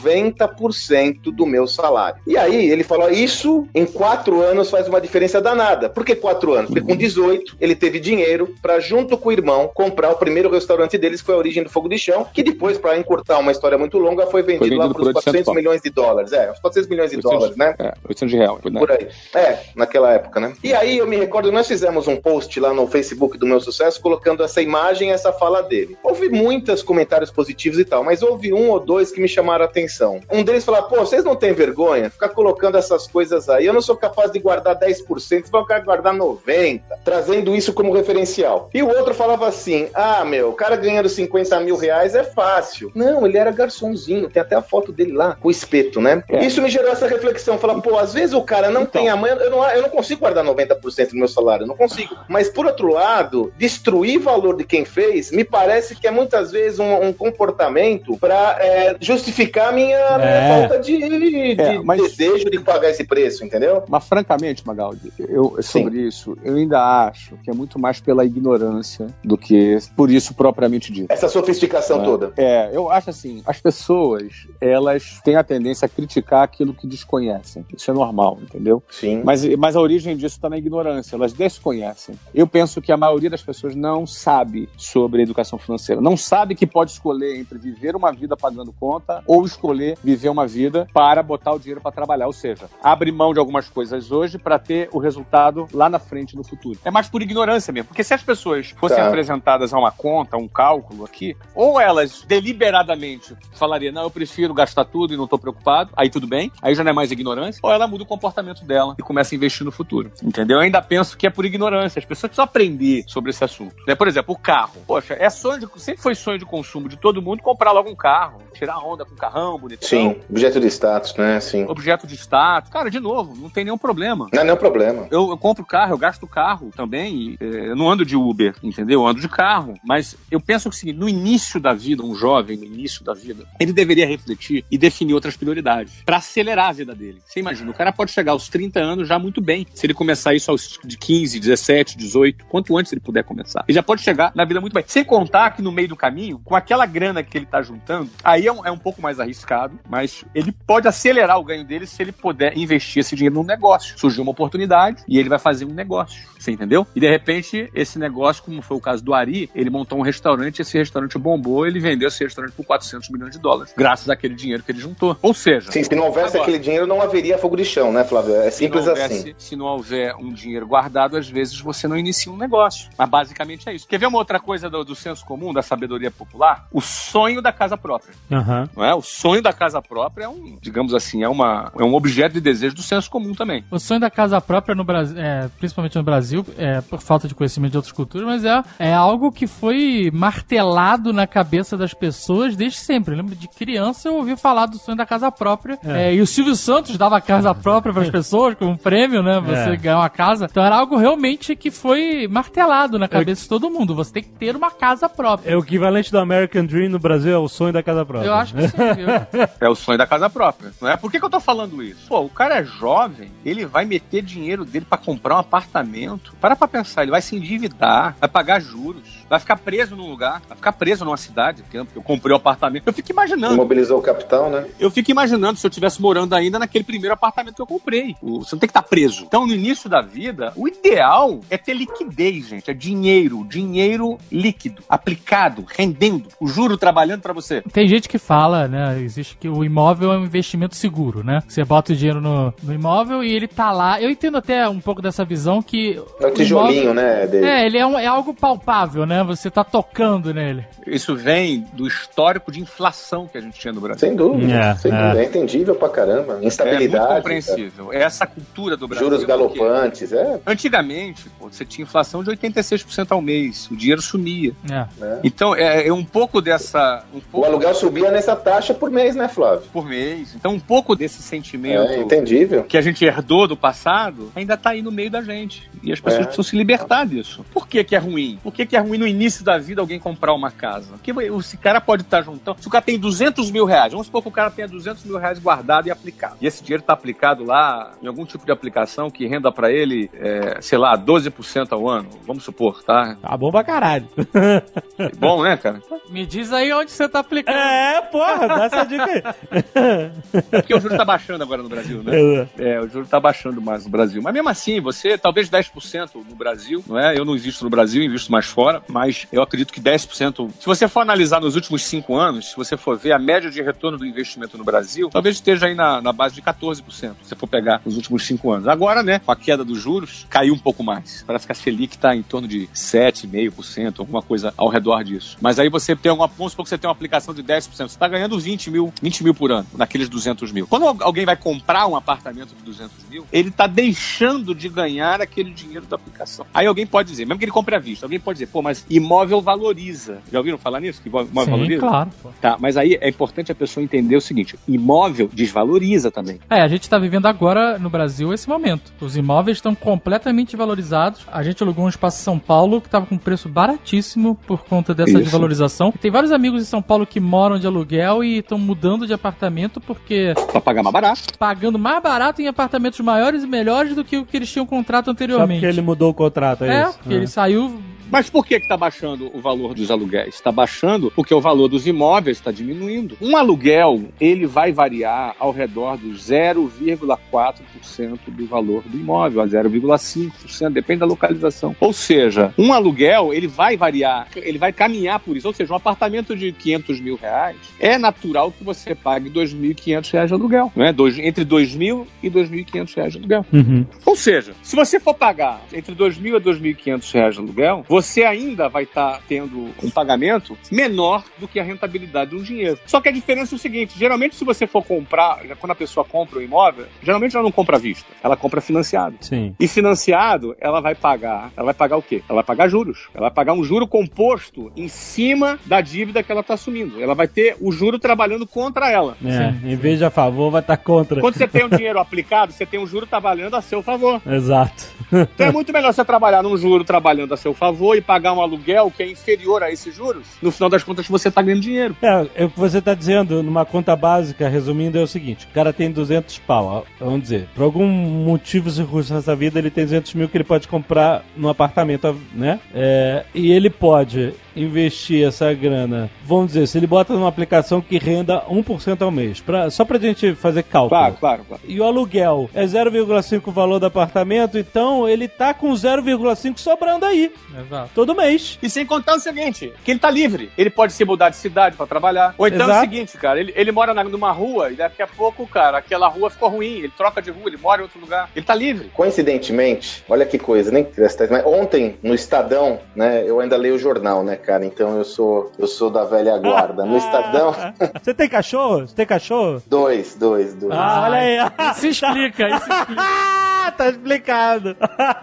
90% do meu salário. E aí, ele falou, isso em 4 anos faz uma diferença danada. Por que 4 anos? Porque com 18 ele teve dinheiro para, junto com o irmão, comprar o primeiro restaurante deles, que foi a origem do Fogo de Chão, que depois, para encurtar uma história muito longa, foi vendido lá por uns 400 milhões de dólares. Uns 400 milhões de dólares, né? 800 reais. Né? Por aí. Naquela época, né? E aí eu me recordo, nós fizemos um post lá no Facebook do Meu Sucesso, colocando essa imagem e essa fala dele. Houve muitos comentários positivos e tal, mas houve 1 ou 2 que me chamaram a atenção. Um deles falou, pô, vocês não têm vergonha? Ficar colocando essas coisas aí. Eu não sou capaz de guardar 10%, vocês vão guardar 90%, trazendo isso como referencial. E o outro falava assim, o cara ganhando 50 mil reais é fácil. Não, ele era garçomzinho, tem até a foto dele lá, com o espeto, né? Isso me gerou essa reflexão, falar, pô, às vezes o cara não tem a manha, eu não consigo guardar 90% do meu salário, eu não consigo. Mas, por outro lado, destruir valor de quem fez, me parece que é muitas vezes um comportamento para justificar a minha falta de desejo de pagar esse preço, entendeu? Mas, francamente, Magaldi, sobre isso, eu ainda acho que é muito mais pela ignorância do que por isso propriamente dito. Essa sofisticação toda. Eu acho assim, as pessoas, elas têm a tendência a criticar aquilo que desconhecem. Isso é normal, entendeu? Sim. Mas a origem disso está na ignorância, elas desconhecem. Eu penso que a maioria das pessoas não sabe sobre a educação financeira, não sabe que pode escolher entre viver uma vida pagando conta ou escolher viver uma vida para botar o dinheiro para trabalhar, ou seja, abre mão de algumas coisas hoje para ter o resultado lá na frente, no futuro. É mais por ignorância mesmo, porque se as pessoas fossem apresentadas a uma conta, a um cálculo aqui, ou elas deliberadamente falariam, não, eu prefiro gastar tudo e não tô preocupado, aí tudo bem, aí já não é mais ignorância, ou ela muda o comportamento dela e começa a investir no futuro, entendeu? Eu ainda penso que é por ignorância, as pessoas precisam aprender sobre esse assunto, né? Por exemplo, o carro, poxa, sempre foi sonho de consumo de todo mundo comprar logo um carro, tirar onda com um carrão bonitão. Sim, objeto de status, né? Sim. Objeto de status, cara, de novo, não tem nenhum problema. Não é nenhum problema. Eu compro carro, eu gasto carro também, eu não ando de Uber, entendeu? Eu ando de carro, mas eu penso que assim, no início da vida, um jovem, no início da vida, ele deveria refletir e definir outras prioridades para acelerar a vida dele. Você imagina, o cara pode chegar aos 30 anos já muito bem, se ele começar isso aos 15, 17, 18, quanto antes ele puder começar. Ele já pode chegar na vida muito bem. Sem contar que no meio do caminho, com aquela grana que ele tá juntando, aí é um pouco mais arriscado, mas ele pode acelerar o ganho dele se ele puder investir esse dinheiro num negócio. Surgiu uma oportunidade e ele vai fazer um negócio, você entendeu? E de repente, esse negócio, como foi o caso do Ari, ele montou um restaurante, esse restaurante bombou, ele vendeu esse restaurante por 400 milhões de dólares, graças àquele dinheiro que ele juntou. Ou seja... Sim, se não houvesse aquele dinheiro, não haveria Fogo de Chão, né, Flávio? É simples assim. Se não houver um dinheiro guardado, às vezes você não inicia um negócio. Mas basicamente é isso. Quer ver uma outra coisa do senso comum, da sabedoria popular? O sonho da casa própria. Não é? O sonho da casa própria é digamos assim, é um objeto de desejo do senso comum também. O sonho da casa própria no Brasil, principalmente no Brasil, por falta de conhecimento de outras culturas, mas é algo que foi martelado na cabeça das pessoas desde sempre. Eu lembro de criança eu ouvi falar do sonho da casa própria, e o Silvio Santos dava casa própria para as pessoas como um prêmio, né? Você ganhar uma casa. Então era algo realmente que foi martelado na cabeça de todo mundo. Você tem que ter uma casa própria. É o equivalente do American Dream no Brasil, é o sonho da casa própria. Eu acho que sim, viu? É o sonho da casa própria, não é? Por que eu tô falando isso? Pô, o cara é jovem, ele vai meter dinheiro dele pra comprar um apartamento. Para pra pensar, ele vai se endividar, vai pagar juros, vai ficar preso num lugar, vai ficar preso numa cidade, porque eu comprei o apartamento. Eu fico imaginando. Imobilizou o capital, né? Eu fico imaginando se eu estivesse morando ainda naquele primeiro apartamento que eu comprei. Você não tem que estar preso. Então, no início da vida, o ideal é ter liquidez, gente. É dinheiro líquido, aplicado, rendendo, o juro trabalhando pra você. Tem gente que fala, né, existe que o imóvel é um investimento seguro, né? Você bota o dinheiro no imóvel e ele tá lá. Eu entendo até um pouco dessa visão que... É o tijolinho, né? Dele. Ele é algo palpável, né? Você tá tocando nele. Isso vem do histórico de inflação que a gente tinha no Brasil. Sem dúvida. Sem dúvida. É entendível pra caramba. Instabilidade. É muito compreensível. Cara. Essa cultura do Brasil. Juros galopantes, Antigamente, você tinha inflação de 86% ao mês. O dinheiro sumia. Então, é um pouco dessa... O aluguel subia nessa taxa por mês, né, Flávio? Por mês. Então, um pouco desse sentimento entendível. Que a gente herdou do passado ainda tá aí no meio da gente. E as pessoas precisam se libertar disso. Por que é ruim? Por que é ruim no início da vida alguém comprar uma casa? Porque esse cara pode estar juntando... Se o cara tem 200 mil reais, vamos supor que o cara tenha 200 mil reais guardado e aplicado. E esse dinheiro tá aplicado lá em algum tipo de aplicação que renda pra ele, 12% ao ano. Vamos supor, tá? Tá bom pra caralho. Bom, né, cara? Me diz aí onde você tá aplicando. Porra, dá essa dica aí. É porque o juro tá baixando agora no Brasil, né? O juro tá baixando mais no Brasil. Mas mesmo assim, você, talvez 10% no Brasil, não é? Eu não invisto no Brasil, invisto mais fora, mas eu acredito que 10%... Se você for analisar nos últimos 5 anos, se você for ver a média de retorno do investimento no Brasil, talvez esteja aí na base de 14%, se você for pegar os últimos 5 anos. Agora, né, com a queda dos juros, caiu um pouco mais. Parece que a Selic tá em torno de 7,5%, alguma coisa ao redor disso. Mas aí você tem vamos supor que você tem uma aplicação de 10%, você tá ganhando 20 mil por ano, naqueles 200 mil. Quando alguém vai comprar um apartamento de 200 mil, ele tá deixando de ganhar aquele dinheiro da aplicação. Aí alguém pode dizer, mesmo que ele compre à vista, alguém pode dizer, mas imóvel valoriza. Já ouviram falar nisso? Que imóvel valoriza? Claro. Tá, mas aí é importante a pessoa entender o seguinte, imóvel desvaloriza também. A gente tá vivendo agora no Brasil esse momento. Os imóveis estão completamente valorizados. A gente alugou um espaço em São Paulo que tava com preço baratíssimo por conta dessa desvalorização. E tem vários amigos em São Paulo que moram de aluguel e estão mudando de apartamento porque... Pra pagar mais barato. Pagando mais barato em apartamentos maiores e melhores do que o que eles tinham contrato anteriormente. Só porque ele mudou o contrato, é isso? Porque ele saiu... Mas por que está baixando o valor dos aluguéis? Está baixando porque o valor dos imóveis está diminuindo. Um aluguel, ele vai variar ao redor dos 0,4% do valor do imóvel, a 0,5%, depende da localização. Ou seja, um aluguel, ele vai variar, ele vai caminhar por isso. Ou seja, um apartamento de 500 mil reais, é natural que você pague R$ 2.500 de aluguel. Não é? Entre R$ 2.000 e R$ 2.500 de aluguel. Ou seja, se você for pagar entre R$ 2.000 e R$ 2.500 de aluguel, você ainda vai estar tendo um pagamento menor do que a rentabilidade do dinheiro. Só que a diferença é o seguinte, geralmente se você for comprar, quando a pessoa compra um imóvel, geralmente ela não compra à vista, ela compra financiado. Sim. E financiado, ela vai pagar o quê? Ela vai pagar juros. Ela vai pagar um juro composto em cima da dívida que ela está assumindo. Ela vai ter o juro trabalhando contra ela. Em vez de a favor, vai estar contra. Quando você tem um dinheiro aplicado, você tem um juro trabalhando a seu favor. Exato. Então é muito melhor você trabalhar num juro trabalhando a seu favor e pagar um aluguel que é inferior a esses juros. No final das contas, você está ganhando dinheiro. O que você está dizendo, numa conta básica, resumindo, é o seguinte. O cara tem 200 pau, vamos dizer. Por algum motivo, circunstância da vida, ele tem 200 mil que ele pode comprar num apartamento, né? E ele pode investir essa grana, vamos dizer, se ele bota numa aplicação que renda 1% ao mês, só pra gente fazer cálculo. Claro. E o aluguel é 0,5 o valor do apartamento, então ele tá com 0,5 sobrando aí. Exato. Todo mês. E sem contar o seguinte, que ele tá livre. Ele pode se mudar de cidade pra trabalhar. Ou então é o seguinte, cara, ele mora numa rua e daqui a pouco, cara, aquela rua ficou ruim, ele troca de rua, ele mora em outro lugar. Ele tá livre. Coincidentemente, olha que coisa, nem mas ontem, no Estadão, né, eu ainda leio o jornal, né, cara, então eu sou da velha guarda. No Estadão... Você tem cachorro? Dois. Olha aí. Isso explica. Tá explicado.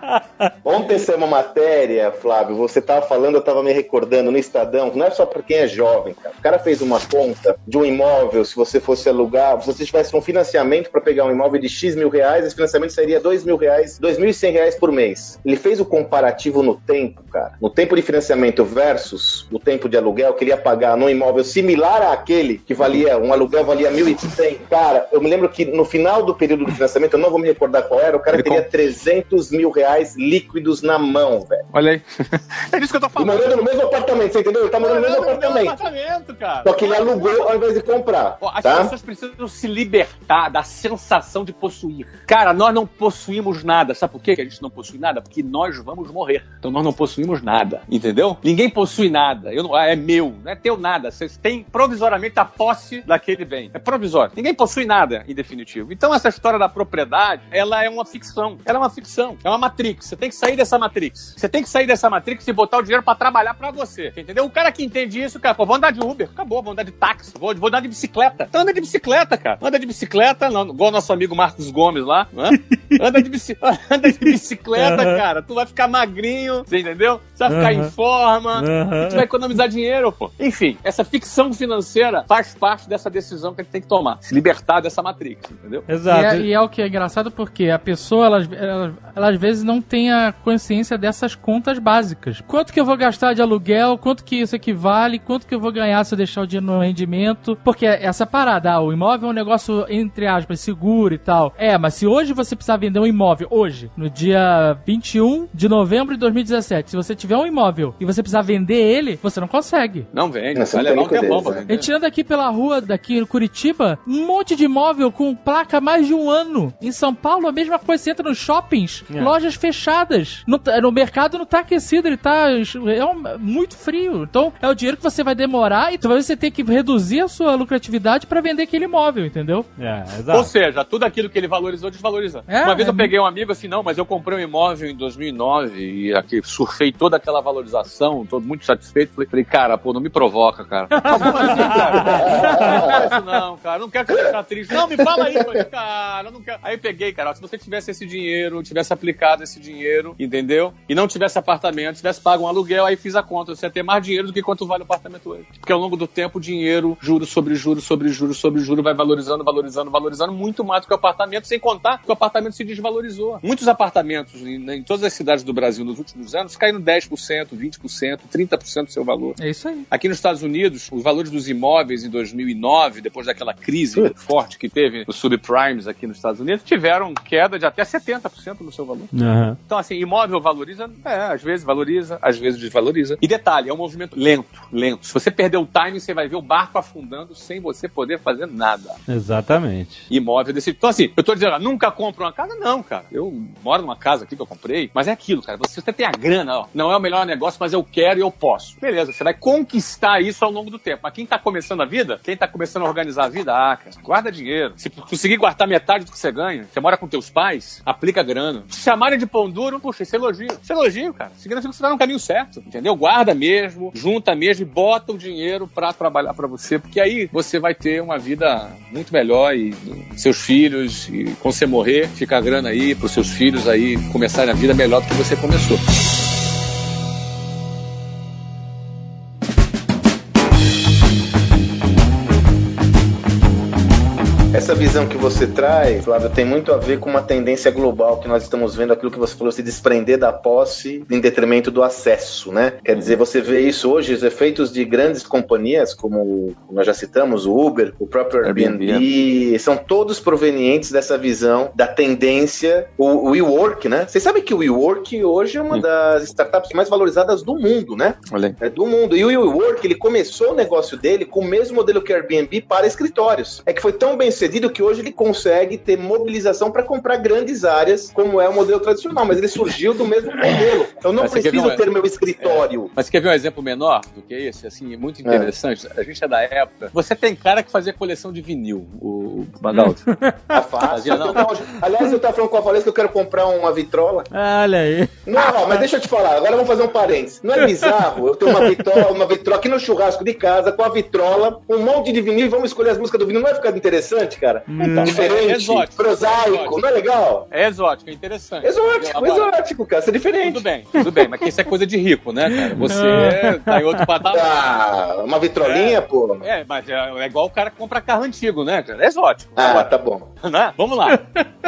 Ontem saiu uma matéria, Flávio, você tava falando, eu tava me recordando no Estadão, não é só pra quem é jovem, cara. O cara fez uma conta de um imóvel, se você fosse alugar, se você tivesse um financiamento pra pegar um imóvel de X mil reais, esse financiamento seria R$2.000, R$2.100 por mês. Ele fez o comparativo no tempo, cara. No tempo de financiamento versus o tempo de aluguel que ele ia pagar num imóvel similar àquele que valia, um aluguel valia 1.100. Cara, eu me lembro que no final do período de financiamento, eu não vou me recordar qual era, o cara teria R$300 mil líquidos na mão, velho. Olha aí. É disso que eu tô falando. E morando no mesmo apartamento, você entendeu? Ele tá morando no mesmo apartamento. Cara. Só que ele alugou ao invés de comprar. As tá? pessoas precisam se libertar da sensação de possuir. Cara, nós não possuímos nada. Sabe por quê que a gente não possui nada? Porque nós vamos morrer. Então nós não possuímos nada. Entendeu? Ninguém possui nada. É meu. Não é teu nada. Vocês têm provisoriamente a posse daquele bem. É provisório. Ninguém possui nada, em definitivo. Então essa história da propriedade, ela é uma ficção. Ela é uma ficção. É uma Matrix. Você tem que sair dessa Matrix. Você tem que sair dessa Matrix e botar o dinheiro pra trabalhar pra você. Entendeu? O cara que entende isso, cara, pô, vou andar de Uber. Acabou. Vou andar de táxi. Vou andar de bicicleta. Então anda de bicicleta, cara. Anda de bicicleta, não, igual o nosso amigo Marcos Gomes lá. Né? Anda de bicicleta, cara. Tu vai ficar magrinho, você entendeu? Você vai ficar em forma. Tu vai economizar dinheiro, pô. Enfim, essa ficção financeira faz parte dessa decisão que a gente tem que tomar. Se libertar dessa Matrix, entendeu? Exato. E é o que é engraçado porque a pessoa, ela às vezes não tem a consciência dessas contas básicas. Quanto que eu vou gastar de aluguel? Quanto que isso equivale? Quanto que eu vou ganhar se eu deixar o dinheiro no rendimento? Porque essa parada, o imóvel é um negócio, entre aspas, seguro e tal. Mas se hoje você precisar vender um imóvel, hoje, no dia 21 de novembro de 2017, se você tiver um imóvel e você precisar vender ele, você não consegue. Não vende, vai levar um tempão pra vender. A gente anda aqui pela rua, daqui em Curitiba, um monte de imóvel com placa há mais de um ano. Em São Paulo, a mesma coisa, você entra nos shoppings, lojas fechadas. No mercado não tá aquecido, ele tá muito frio. Então, é o dinheiro que você vai demorar e talvez você tenha que reduzir a sua lucratividade pra vender aquele imóvel, entendeu? Exato. Ou seja, tudo aquilo que ele valorizou, desvaloriza. Uma vez eu peguei um amigo assim, não, mas eu comprei um imóvel em 2009 e aqui surfei toda aquela valorização, tô muito satisfeito. Falei, cara, pô, não me provoca, cara. Como assim, cara? Não quero isso não, cara. Não quero que você fique triste. Não, me fala aí, cara. Eu não quero. Aí eu peguei, cara, se você tivesse esse dinheiro, tivesse aplicado esse dinheiro, entendeu? E não tivesse apartamento, tivesse pago um aluguel, aí fiz a conta. Você ia ter mais dinheiro do que quanto vale o apartamento hoje. Porque ao longo do tempo, o dinheiro, juros sobre juros, sobre juros, sobre juros, vai valorizando muito mais do que o apartamento, sem contar que o apartamento se desvalorizou. Muitos apartamentos em todas as cidades do Brasil nos últimos anos caíram 10%, 20%, 30% do seu valor. É isso aí. Aqui nos Estados Unidos, os valores dos imóveis em 2009, depois daquela crise forte que teve nos subprimes aqui nos Estados Unidos, tiveram queda de até 70% no seu valor. Então, assim, imóvel valoriza? Às vezes valoriza, às vezes desvaloriza. E detalhe, é um movimento lento. Se você perder o timing, você vai ver o barco afundando sem você poder fazer nada. Exatamente. Imóvel desse... Então, assim, eu tô dizendo, nunca compro uma casa? Não, cara. Eu moro numa casa aqui que eu comprei, mas é aquilo, cara. Você tem a grana, não é o melhor negócio, mas eu quero e eu posso. Beleza, você vai conquistar isso ao longo do tempo. Mas quem tá começando a vida, quem tá começando a organizar a vida, cara, guarda dinheiro. Se conseguir guardar metade do que você ganha, você mora com teus pais, aplica grana. Se chamarem de pão duro, puxa, isso é elogio. Isso é elogio, cara. Significa que você tá no caminho certo, entendeu? Guarda mesmo, junta mesmo e bota o dinheiro pra trabalhar pra você, porque aí você vai ter uma vida muito melhor e seus filhos, e quando você morrer, fica a grana aí pros seus filhos aí começarem a vida melhor do que você começou. Essa visão que você traz, Flávio, tem muito a ver com uma tendência global que nós estamos vendo, aquilo que você falou, se desprender da posse em detrimento do acesso, né? Quer dizer, você vê isso hoje, os efeitos de grandes companhias, como nós já citamos, o Uber, o próprio Airbnb, são todos provenientes dessa visão da tendência, o WeWork, né? Vocês sabem que o WeWork hoje é uma das startups mais valorizadas do mundo, né? Olha. É do mundo. E o WeWork, ele começou o negócio dele com o mesmo modelo que o Airbnb para escritórios. É que foi tão bem sucedido que hoje ele consegue ter mobilização para comprar grandes áreas, como é o modelo tradicional, mas ele surgiu do mesmo modelo. Eu não preciso ter meu escritório. Mas você quer ver um exemplo menor do que esse? Assim, muito interessante. A gente é da época. Você tem cara que fazia coleção de vinil, o Magaldi. Fazia, não. Aliás, eu tava falando com a Valência que eu quero comprar uma vitrola. Olha aí. Não, mas deixa eu te falar, agora vamos fazer um parênteses. Não é bizarro eu ter uma vitrola aqui no churrasco de casa, com a vitrola, um monte de vinil, e vamos escolher as músicas do vinil. Não vai ficar interessante, cara? cara? Então, Diferente, exótico, prosaico, não é legal? É exótico, é interessante. Exótico, cara, isso é diferente. Tudo bem, mas isso é coisa de rico, né, cara? Você tá em outro patamar. Uma vitrolinha, pô. Mas é igual o cara que compra carro antigo, né, cara? É exótico. Tá bom. Né? Vamos lá.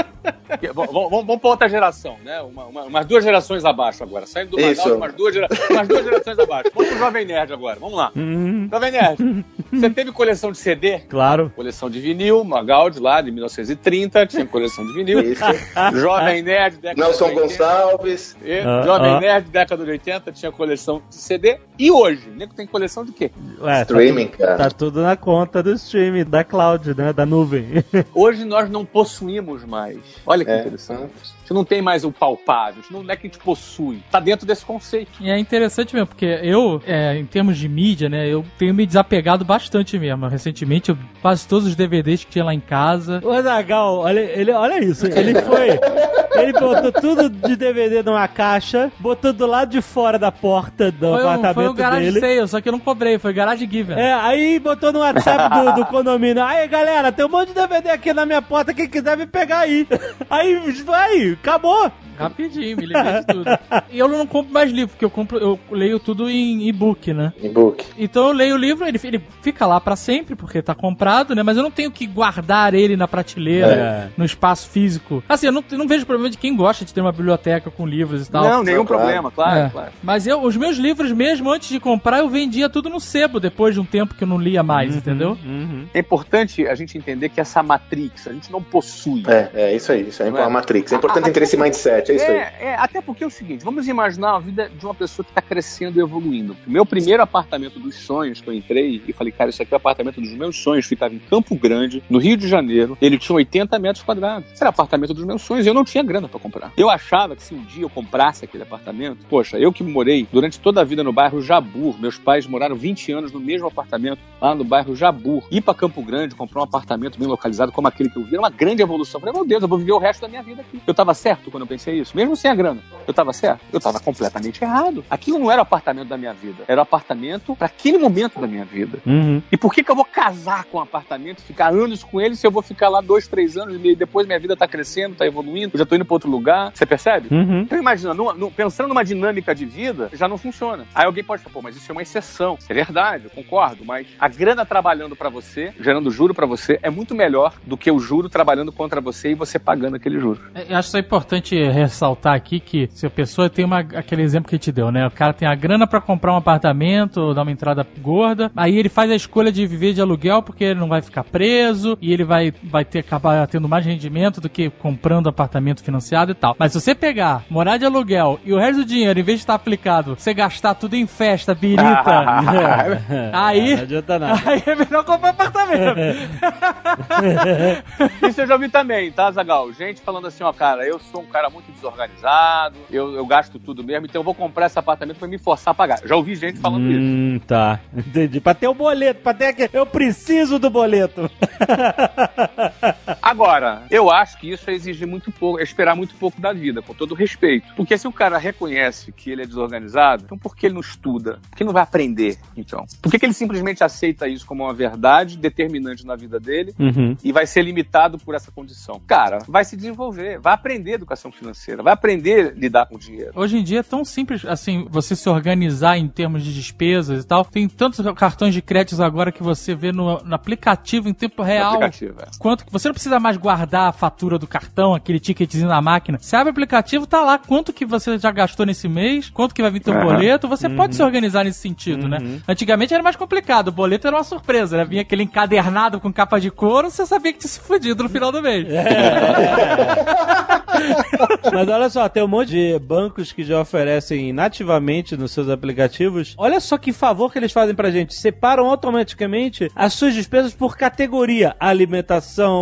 Vamos pra outra geração, né? Umas 2 gerações abaixo agora. Saindo do Magal, umas duas gerações abaixo. Vamos pro Jovem Nerd agora, vamos lá. Jovem Nerd, você teve coleção de CD? Claro. Coleção de vinil, Magal, de lá, de 1930, tinha coleção de vinil. Isso. Jovem Nerd, década Nelson de 80. Gonçalves. Jovem Nerd, década de 80, tinha coleção de CD. E hoje? O nego tem coleção de quê? Streaming, cara. Tá tudo na conta do streaming, da cloud, né? Da nuvem. Hoje nós não possuímos mais. Olha que interessante. A gente não tem mais o palpável, não é que a gente possui. Tá dentro desse conceito. E é interessante mesmo, porque eu, em termos de mídia, né, eu tenho me desapegado bastante mesmo. Recentemente, quase todos os DVDs que tinha lá em casa. O Azaghal, olha isso. Ele botou tudo de DVD numa caixa, botou do lado de fora da porta do apartamento foi um garage dele. sale, só que eu não cobrei, foi garage given. Aí botou no WhatsApp do condomínio. Aí, galera, tem um monte de DVD aqui na minha porta, quem quiser me pegar aí. Aí, acabou. Rapidinho, me livrei de tudo. E eu não compro mais livro, porque eu leio tudo em e-book, né? E-book. Então eu leio o livro, ele fica lá pra sempre, porque tá comprado, né? Mas eu não tenho que guardar ele na prateleira, no espaço físico. Assim, eu não vejo problema de quem gosta de ter uma biblioteca com livros e tal. Não, nenhum problema, claro. Mas os meus livros mesmo, antes de comprar, eu vendia tudo no sebo, depois de um tempo que eu não lia mais, entendeu? É importante a gente entender que essa Matrix, a gente não possui. É isso aí, isso é a Matrix. É importante ter esse mindset, é isso aí. Até porque é o seguinte, vamos imaginar a vida de uma pessoa que está crescendo e evoluindo. O meu primeiro apartamento dos sonhos, que eu entrei e falei, cara, isso aqui é o apartamento dos meus sonhos, ficava em Campo Grande, no Rio de Janeiro, ele tinha 80 metros quadrados. Esse era o apartamento dos meus sonhos e eu não tinha grana para comprar. Eu achava que se um dia eu comprasse aquele apartamento, poxa, eu que morei durante toda a vida no bairro Jabur, meus pais moraram 20 anos no mesmo apartamento lá no bairro Jabur, ir para Campo Grande, comprar um apartamento bem localizado como aquele que eu vi, era uma grande evolução. Eu falei, meu Deus, eu vou viver o resto da minha vida aqui. Eu tava certo quando eu pensei isso, mesmo sem a grana. Eu tava certo? Eu tava completamente errado. Aquilo não era o apartamento da minha vida, era o apartamento para aquele momento da minha vida. E por que eu vou casar com um apartamento, ficar anos com ele, se eu vou ficar lá 2, 3 anos e depois minha vida tá crescendo, tá evoluindo, eu já tô indo para outro lugar? Você percebe? Então imagina, pensando numa dinâmica de vida, já não funciona. Aí alguém pode falar, pô, mas isso é uma exceção. É verdade, eu concordo, mas a grana trabalhando para você, gerando juro para você, é muito melhor do que o juro trabalhando contra você e você pagando aquele juro. Eu acho isso importante ressaltar aqui que se a pessoa tem aquele exemplo que te deu, né? O cara tem a grana pra comprar um apartamento, dar uma entrada gorda, aí ele faz a escolha de viver de aluguel porque ele não vai ficar preso e ele vai acabar tendo mais rendimento do que comprando apartamento financiado e tal. Mas se você pegar, morar de aluguel e o resto do dinheiro, em vez de estar aplicado, você gastar tudo em festa, birita, aí não adianta nada. Aí é melhor comprar apartamento. Isso eu já vi também, tá, Azaghal? Gente falando assim, ó, cara, eu sou um cara muito desorganizado, eu gasto tudo mesmo, então eu vou comprar esse apartamento pra me forçar a pagar. Já ouvi gente falando isso. Tá, entendi. Pra ter o boleto, eu preciso do boleto. Agora, eu acho que isso é exigir muito pouco, é esperar muito pouco da vida, com todo respeito. Porque se o cara reconhece que ele é desorganizado, então por que ele não estuda? Por que ele não vai aprender, então? Por que ele simplesmente aceita isso como uma verdade determinante na vida dele e vai ser limitado por essa condição? Cara, vai se desenvolver, vai aprender educação financeira, vai aprender a lidar com o dinheiro. Hoje em dia é tão simples, assim, você se organizar em termos de despesas e tal. Tem tantos cartões de créditos agora que você vê no aplicativo em tempo real. Quanto que você não precisa mais guardar a fatura do cartão, aquele ticketzinho na máquina. Você abre o aplicativo, tá lá quanto que você já gastou nesse mês, quanto que vai vir teu boleto. Você pode se organizar nesse sentido, né? Antigamente era mais complicado, o boleto era uma surpresa, né? Vinha aquele encadernado com capa de couro, você sabia que tinha se fudido no final do mês. Mas olha só, tem um monte de bancos que já oferecem nativamente nos seus aplicativos. Olha só que favor que eles fazem pra gente. Separam automaticamente as suas despesas por categoria. Alimentação, viagem,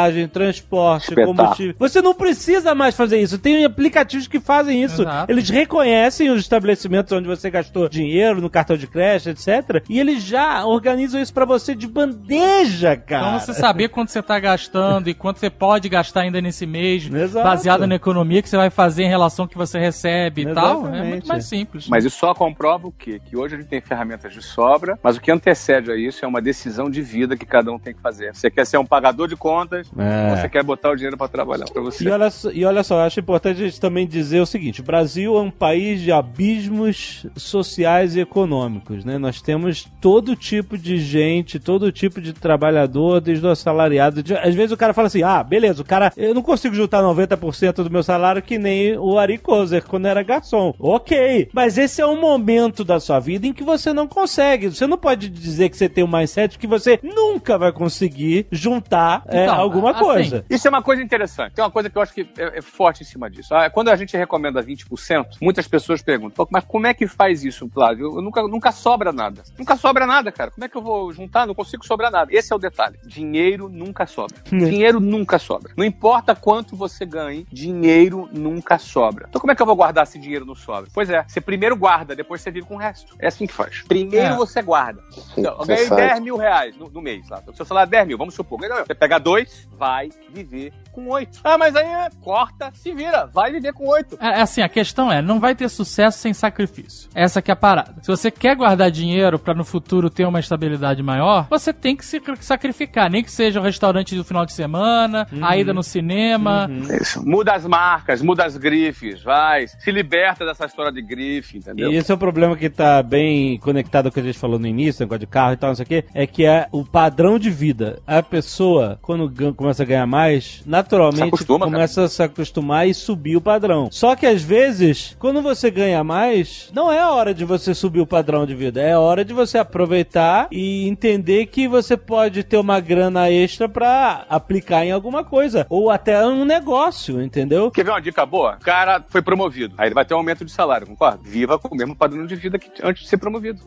hospedagem, transporte, Espetáculo. combustível. Você não precisa mais fazer isso. Tem aplicativos que fazem isso. Exato. Eles reconhecem os estabelecimentos onde você gastou dinheiro, no cartão de crédito, etc. E eles já organizam isso pra você de bandeja, cara. Então você saber quanto você tá gastando e quanto você pode gastar ainda nesse mês, Exato. baseado na economia que você vai fazer em relação ao que você recebe e tal, é Exatamente. muito mais simples. Mas isso só comprova o quê? Que hoje a gente tem ferramentas de sobra, mas o que antecede a isso é uma decisão de vida que cada um tem que fazer. Você quer ser um pagador de contas, ou você quer botar o dinheiro pra trabalhar pra você. E olha só, eu acho importante a gente também dizer o seguinte: o Brasil é um país de abismos sociais e econômicos, né? Nós temos todo tipo de gente, todo tipo de trabalhador, desde o assalariado. Às vezes o cara fala assim, beleza, o cara, eu não consigo juntar 90% do meu salário que nem o Ari Kozer quando era garçom. Ok, mas esse é um momento da sua vida em que você não consegue. Você não pode dizer que você tem um mindset que você nunca vai conseguir juntar alguma coisa. Isso é uma coisa interessante. Tem uma coisa que eu acho que é forte em cima disso. Quando a gente recomenda 20%, muitas pessoas perguntam, mas como é que faz isso, Flávio? Eu nunca sobra nada. Nunca sobra nada, cara. Como é que eu vou juntar? Não consigo sobrar nada. Esse é o detalhe. Dinheiro nunca sobra. Dinheiro nunca sobra. Não importa quanto você ganhe, dinheiro nunca sobra. Então como é que eu vou guardar se dinheiro não sobra? Pois é, você primeiro guarda, depois você vive com o resto. É assim que faz. Primeiro você guarda. Então, eu ganhei 10 mil reais no mês. Lá. O seu salário é 10 mil, vamos supor. Você pega 2, vai viver com 8. Mas aí corta, se vira, vai viver com 8. Assim, a questão não vai ter sucesso sem sacrifício. Essa que é a parada. Se você quer guardar dinheiro pra no futuro ter uma estabilidade maior, você tem que se sacrificar. Nem que seja o restaurante do final de semana, a ida no cinema. Isso. Muda as marcas, muda as grifes, vai. Se liberta dessa história de grife, entendeu? E esse é o problema que tá bem conectado com o que a gente falou no início, negócio de carro e tal, não sei o quê, é que é o padrão de vida. A pessoa, quando começa a ganhar mais, naturalmente começa a se acostumar e subir o padrão. Só que às vezes, quando você ganha mais, não é a hora de você subir o padrão de vida, é a hora de você aproveitar e entender que você pode ter uma grana extra pra aplicar em alguma coisa, ou até um negócio, entendeu? Quer ver uma dica boa? O cara foi promovido, aí ele vai ter um aumento de salário, concorda? Viva com o mesmo padrão de vida que antes de ser promovido.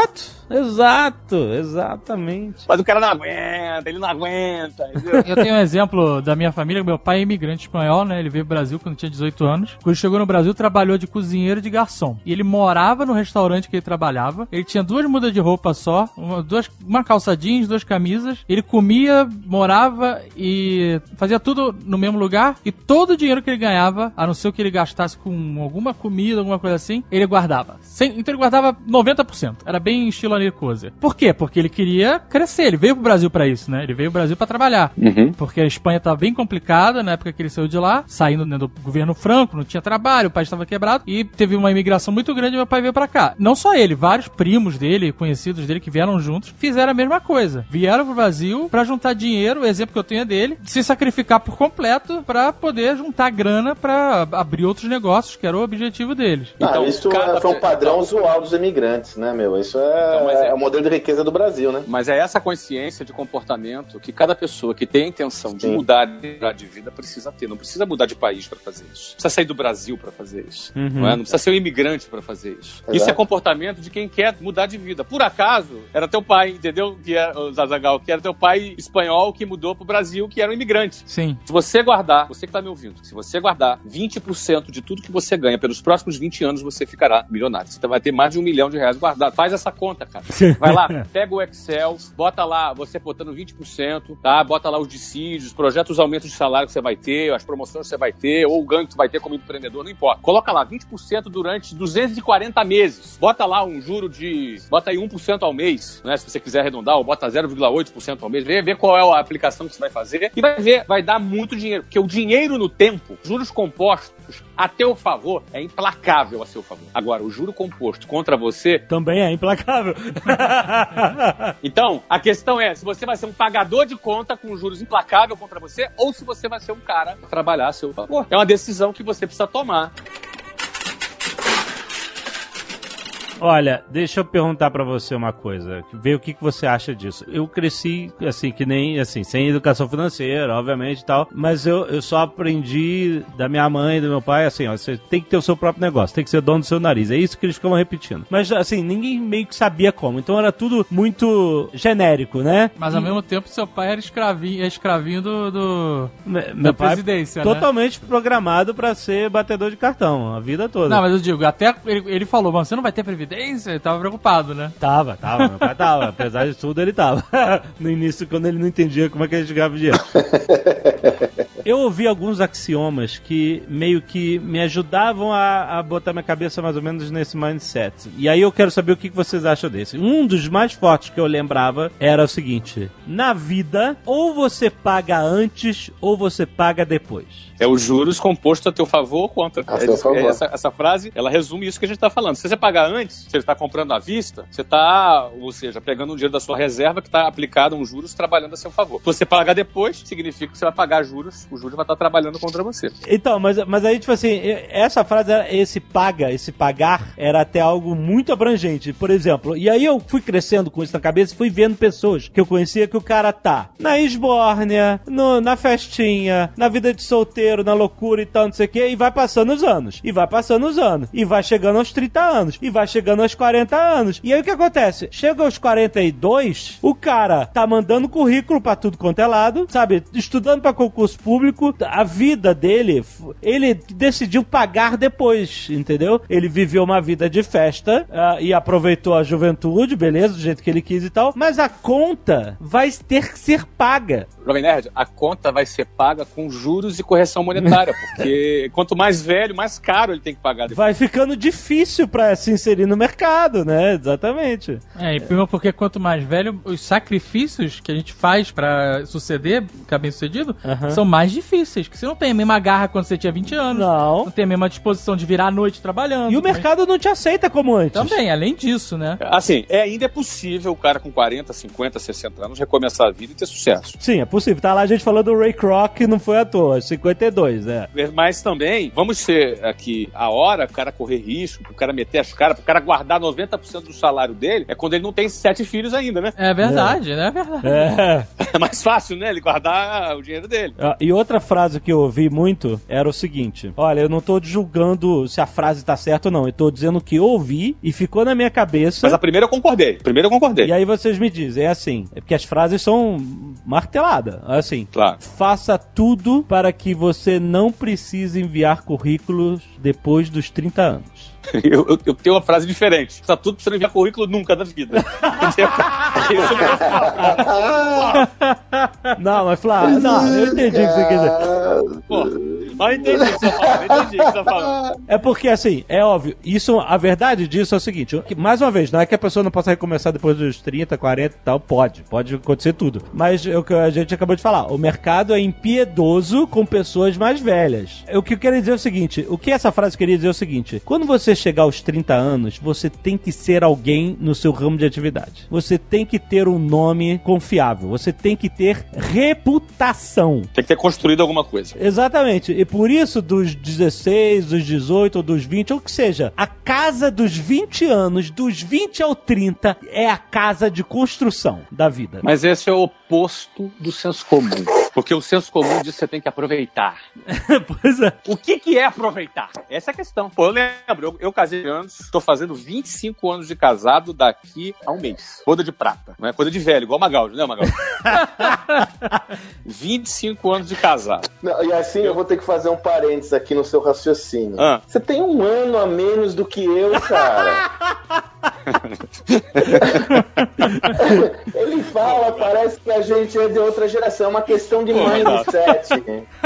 Exatamente. Mas o cara não aguenta, ele não aguenta, entendeu? Eu tenho um exemplo da minha família, meu pai é imigrante espanhol, né? Ele veio pro Brasil quando tinha 18 anos. Quando chegou no Brasil, trabalhou de cozinheiro e de garçom. E ele morava no restaurante que ele trabalhava. Ele tinha 2 mudas de roupa só, uma calça jeans, 2 camisas. Ele comia, morava e fazia tudo no mesmo lugar. E todo o dinheiro que ele ganhava, a não ser o que ele gastasse com alguma comida, alguma coisa assim, ele guardava. Então ele guardava 90%. Era bem estilo Ari Kozer. Por quê? Porque ele queria crescer. Ele veio pro Brasil pra isso, né? Ele veio pro Brasil pra trabalhar. Porque a Espanha tava bem complicada na época que ele saiu de lá, saindo, né, do governo Franco, não tinha trabalho, o país estava quebrado e teve uma imigração muito grande e meu pai veio pra cá. Não só ele, vários primos dele, conhecidos dele que vieram juntos, fizeram a mesma coisa. Vieram pro Brasil pra juntar dinheiro, o exemplo que eu tenho é dele, se sacrificar por completo pra poder juntar grana pra abrir outros negócios, que era o objetivo deles. Então, isso foi um padrão usual dos imigrantes, né, meu? Isso é o modelo de riqueza do Brasil, né? Mas é essa consciência de comportamento que cada pessoa que tem a intenção de mudar de vida precisa ter. Não precisa mudar de país pra fazer isso. Não precisa sair do Brasil pra fazer isso. Não precisa ser um imigrante pra fazer isso. Exato. Isso é comportamento de quem quer mudar de vida. Por acaso, era teu pai, entendeu? Que era o Zazagal, que era teu pai espanhol que mudou pro Brasil, que era um imigrante. Sim. Se você guardar, você que tá me ouvindo, se você guardar 20% de tudo que você ganha pelos próximos 20 anos, você ficará milionário. Você vai ter mais de R$1 milhão guardado. Faz essa conta, cara. Vai lá, pega o Excel, bota lá, você botando 20%, tá? Bota lá os dissídios, projeta os aumentos de salário que você vai ter, as promoções que você vai ter, ou o ganho que você vai ter como empreendedor, não importa. Coloca lá 20% durante 240 meses. Bota lá um juro bota aí 1% ao mês, né? Se você quiser arredondar, ou bota 0,8% ao mês. Vê qual é a aplicação que você vai fazer e vai ver, vai dar muito dinheiro. Porque o dinheiro no tempo, juros compostos, a teu favor, é implacável a seu favor. Agora, o juro composto contra você... também é implacável. Então, a questão é se você vai ser um pagador de conta com juros implacável contra você ou se você vai ser um cara pra trabalhar a seu favor. É uma decisão que você precisa tomar. Olha, deixa eu perguntar pra você uma coisa, ver o que você acha disso. Eu cresci, assim, que nem, assim, sem educação financeira, obviamente e tal, mas eu só aprendi da minha mãe e do meu pai, assim, ó, você tem que ter o seu próprio negócio, tem que ser dono do seu nariz. É isso que eles ficam repetindo. Mas, assim, ninguém meio que sabia como. Então era tudo muito genérico, né? Mas ao mesmo tempo, seu pai era escravinho Meu pai presidência, totalmente programado pra ser batedor de cartão a vida toda. Não, mas eu digo, até ele falou, mas você não vai ter previdência? Ele tava preocupado, né? Tava, meu pai tava. Apesar de tudo, ele tava. No início, quando ele não entendia como é que a gente ganhava dinheiro. Eu ouvi alguns axiomas que meio que me ajudavam a botar minha cabeça mais ou menos nesse mindset. E aí eu quero saber o que vocês acham desse. Um dos mais fortes que eu lembrava era o seguinte: na vida, ou você paga antes ou você paga depois. É os juros composto a teu favor ou contra. A seu favor. Essa frase, ela resume isso que a gente está falando. Se você pagar antes, se você está comprando à vista, você está, ou seja, pegando um dinheiro da sua reserva que está aplicado a um juros trabalhando a seu favor. Se você pagar depois, significa que você vai pagar juros, o juros vai estar trabalhando contra você. Então, mas aí, tipo assim, essa frase, esse pagar, era até algo muito abrangente. Por exemplo, e aí eu fui crescendo com isso na cabeça e fui vendo pessoas que eu conhecia que o cara tá na esbórnia, na festinha, na vida de solteiro, na loucura e tal, não sei o que, e vai passando os anos, e vai chegando aos 30 anos, e vai chegando aos 40 anos. E aí o que acontece? Chega aos 42, o cara tá mandando currículo pra tudo quanto é lado, sabe? Estudando pra concurso público, a vida dele, ele decidiu pagar depois, entendeu? Ele viveu uma vida de festa e aproveitou a juventude, beleza, do jeito que ele quis e tal, mas a conta vai ter que ser paga. Jovem Nerd, a conta vai ser paga com juros e correção monetária, porque quanto mais velho, mais caro ele tem que pagar depois. Vai ficando difícil pra se inserir no mercado, né? Exatamente. E primeiro porque quanto mais velho, os sacrifícios que a gente faz pra suceder, ficar bem sucedido, são mais difíceis, porque você não tem a mesma garra quando você tinha 20 anos. Não tem a mesma disposição de virar à noite trabalhando. E o mercado não te aceita como antes. Também, além disso, né? Assim, ainda é possível o cara com 40, 50, 60 anos recomeçar a vida e ter sucesso. Sim, é possível. Tá lá a gente falando do Ray Kroc, não foi à toa, 52, né? Mas também, vamos ser aqui, a hora o cara correr risco, o cara meter as caras, o cara guardar 90% do salário dele, é quando ele não tem 7 filhos ainda, né? É verdade, né? É verdade. É mais fácil, né? Ele guardar o dinheiro dele. E outra frase que eu ouvi muito era o seguinte: olha, eu não tô julgando se a frase tá certa ou não, eu tô dizendo que eu ouvi e ficou na minha cabeça. Mas a primeira eu concordei. E aí vocês me dizem, é assim, é porque as frases são marteladas, assim. Claro. Faça tudo para que você não precise enviar currículos depois dos 30 anos. Eu tenho uma frase diferente. Tá tudo pra você não enviar currículo nunca da vida. Não, mas Flávio, não, eu entendi o que você quer dizer. Pô, mas eu entendi o que você tá falando. É porque, assim, é óbvio, isso, a verdade disso é o seguinte, mais uma vez, não é que a pessoa não possa recomeçar depois dos 30, 40 e tal, pode acontecer tudo. Mas o que a gente acabou de falar, o mercado é impiedoso com pessoas mais velhas. O que eu quero dizer é o seguinte, o que essa frase queria dizer é o seguinte: quando você chegar aos 30 anos, você tem que ser alguém no seu ramo de atividade. Você tem que ter um nome confiável. Você tem que ter reputação. Tem que ter construído alguma coisa. Exatamente. E por isso, dos 16, dos 18 ou dos 20, ou que seja, a casa dos 20 anos, dos 20 ao 30, é a casa de construção da vida. Mas esse é o oposto do senso comum. Porque o senso comum diz que você tem que aproveitar. Pois é. O que é aproveitar? Essa é a questão. Pô, eu lembro, eu casei anos, estou fazendo 25 anos de casado daqui a um mês. Boda de prata, não é coisa de velho, igual Magaldi, né, Magaldi? 25 anos de casado. Não, e assim eu vou ter que fazer um parênteses aqui no seu raciocínio. Você tem um ano a menos do que eu, cara. Ele fala, parece que a gente é de outra geração, é uma questão de mindset.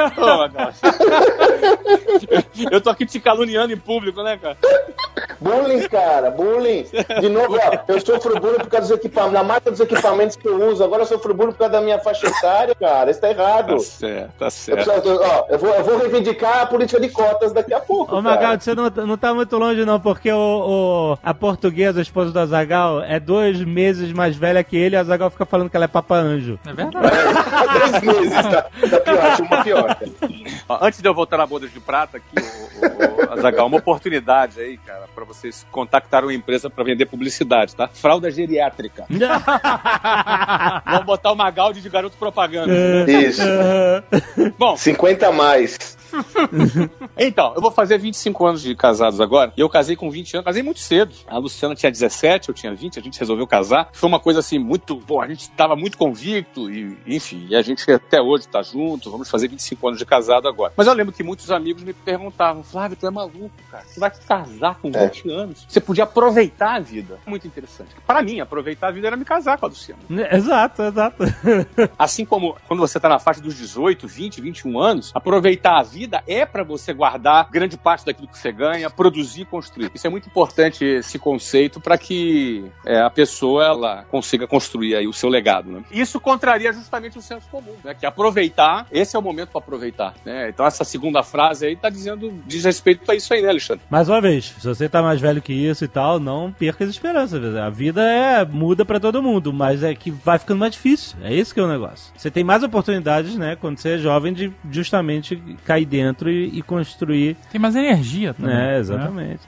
Eu tô aqui te caluniando em público, né, cara? Bullying, cara, bullying. De novo, ó, eu sofro bullying por causa dos equipamentos, na marca dos equipamentos que eu uso. Agora eu sofro bullying por causa da minha faixa etária, cara. Isso tá errado. Tá certo. Eu vou reivindicar a política de cotas daqui a pouco. Ô, Magaldi, você não tá muito longe, não, porque a portuguesa, a esposa do Azaghal, é 2 meses mais velha que ele, a Zagal fica falando que ela é Papa Anjo. É verdade. 3 meses, tá pior, acho uma pior. Ó, antes de eu voltar na Bodas de Prata aqui, Azaghal, uma oportunidade aí, cara, pra vocês contactarem uma empresa pra vender publicidade, tá? Fralda geriátrica. Vamos botar o Magaldi de garoto propaganda. Isso. Bom, 50 a mais. então, eu vou fazer 25 anos de casados agora, e eu casei com 20 anos, casei muito cedo. A Luciana tinha 17, eu tinha 20, a gente resolveu casar. Foi uma coisa assim, muito, pô, a gente tava muito convicto, e enfim, e a gente até hoje tá junto, vamos fazer 25 anos de casado agora. Mas eu lembro que muitos amigos me perguntavam, Flávio, tu é maluco, cara, você vai casar com 20 anos? Você podia aproveitar a vida. Muito interessante. Para mim, aproveitar a vida era me casar com a Luciana. Exato. Assim como quando você tá na faixa dos 18, 20, 21 anos, aproveitar a vida é para você guardar grande parte daquilo que você ganha, produzir e construir. Isso é muito importante, esse conceito, para que a pessoa ela consiga construir aí o seu legado, né? Isso contraria justamente o senso comum, né? Que aproveitar, esse é o momento para aproveitar, né? Então essa segunda frase aí diz respeito a isso aí, né, Alexandre? Mais uma vez, se você tá mais velho que isso e tal, não perca as esperanças. A vida muda pra todo mundo, mas é que vai ficando mais difícil. É esse que é o negócio. Você tem mais oportunidades, né, quando você é jovem, de justamente cair dentro e construir. Tem mais energia também. Exatamente.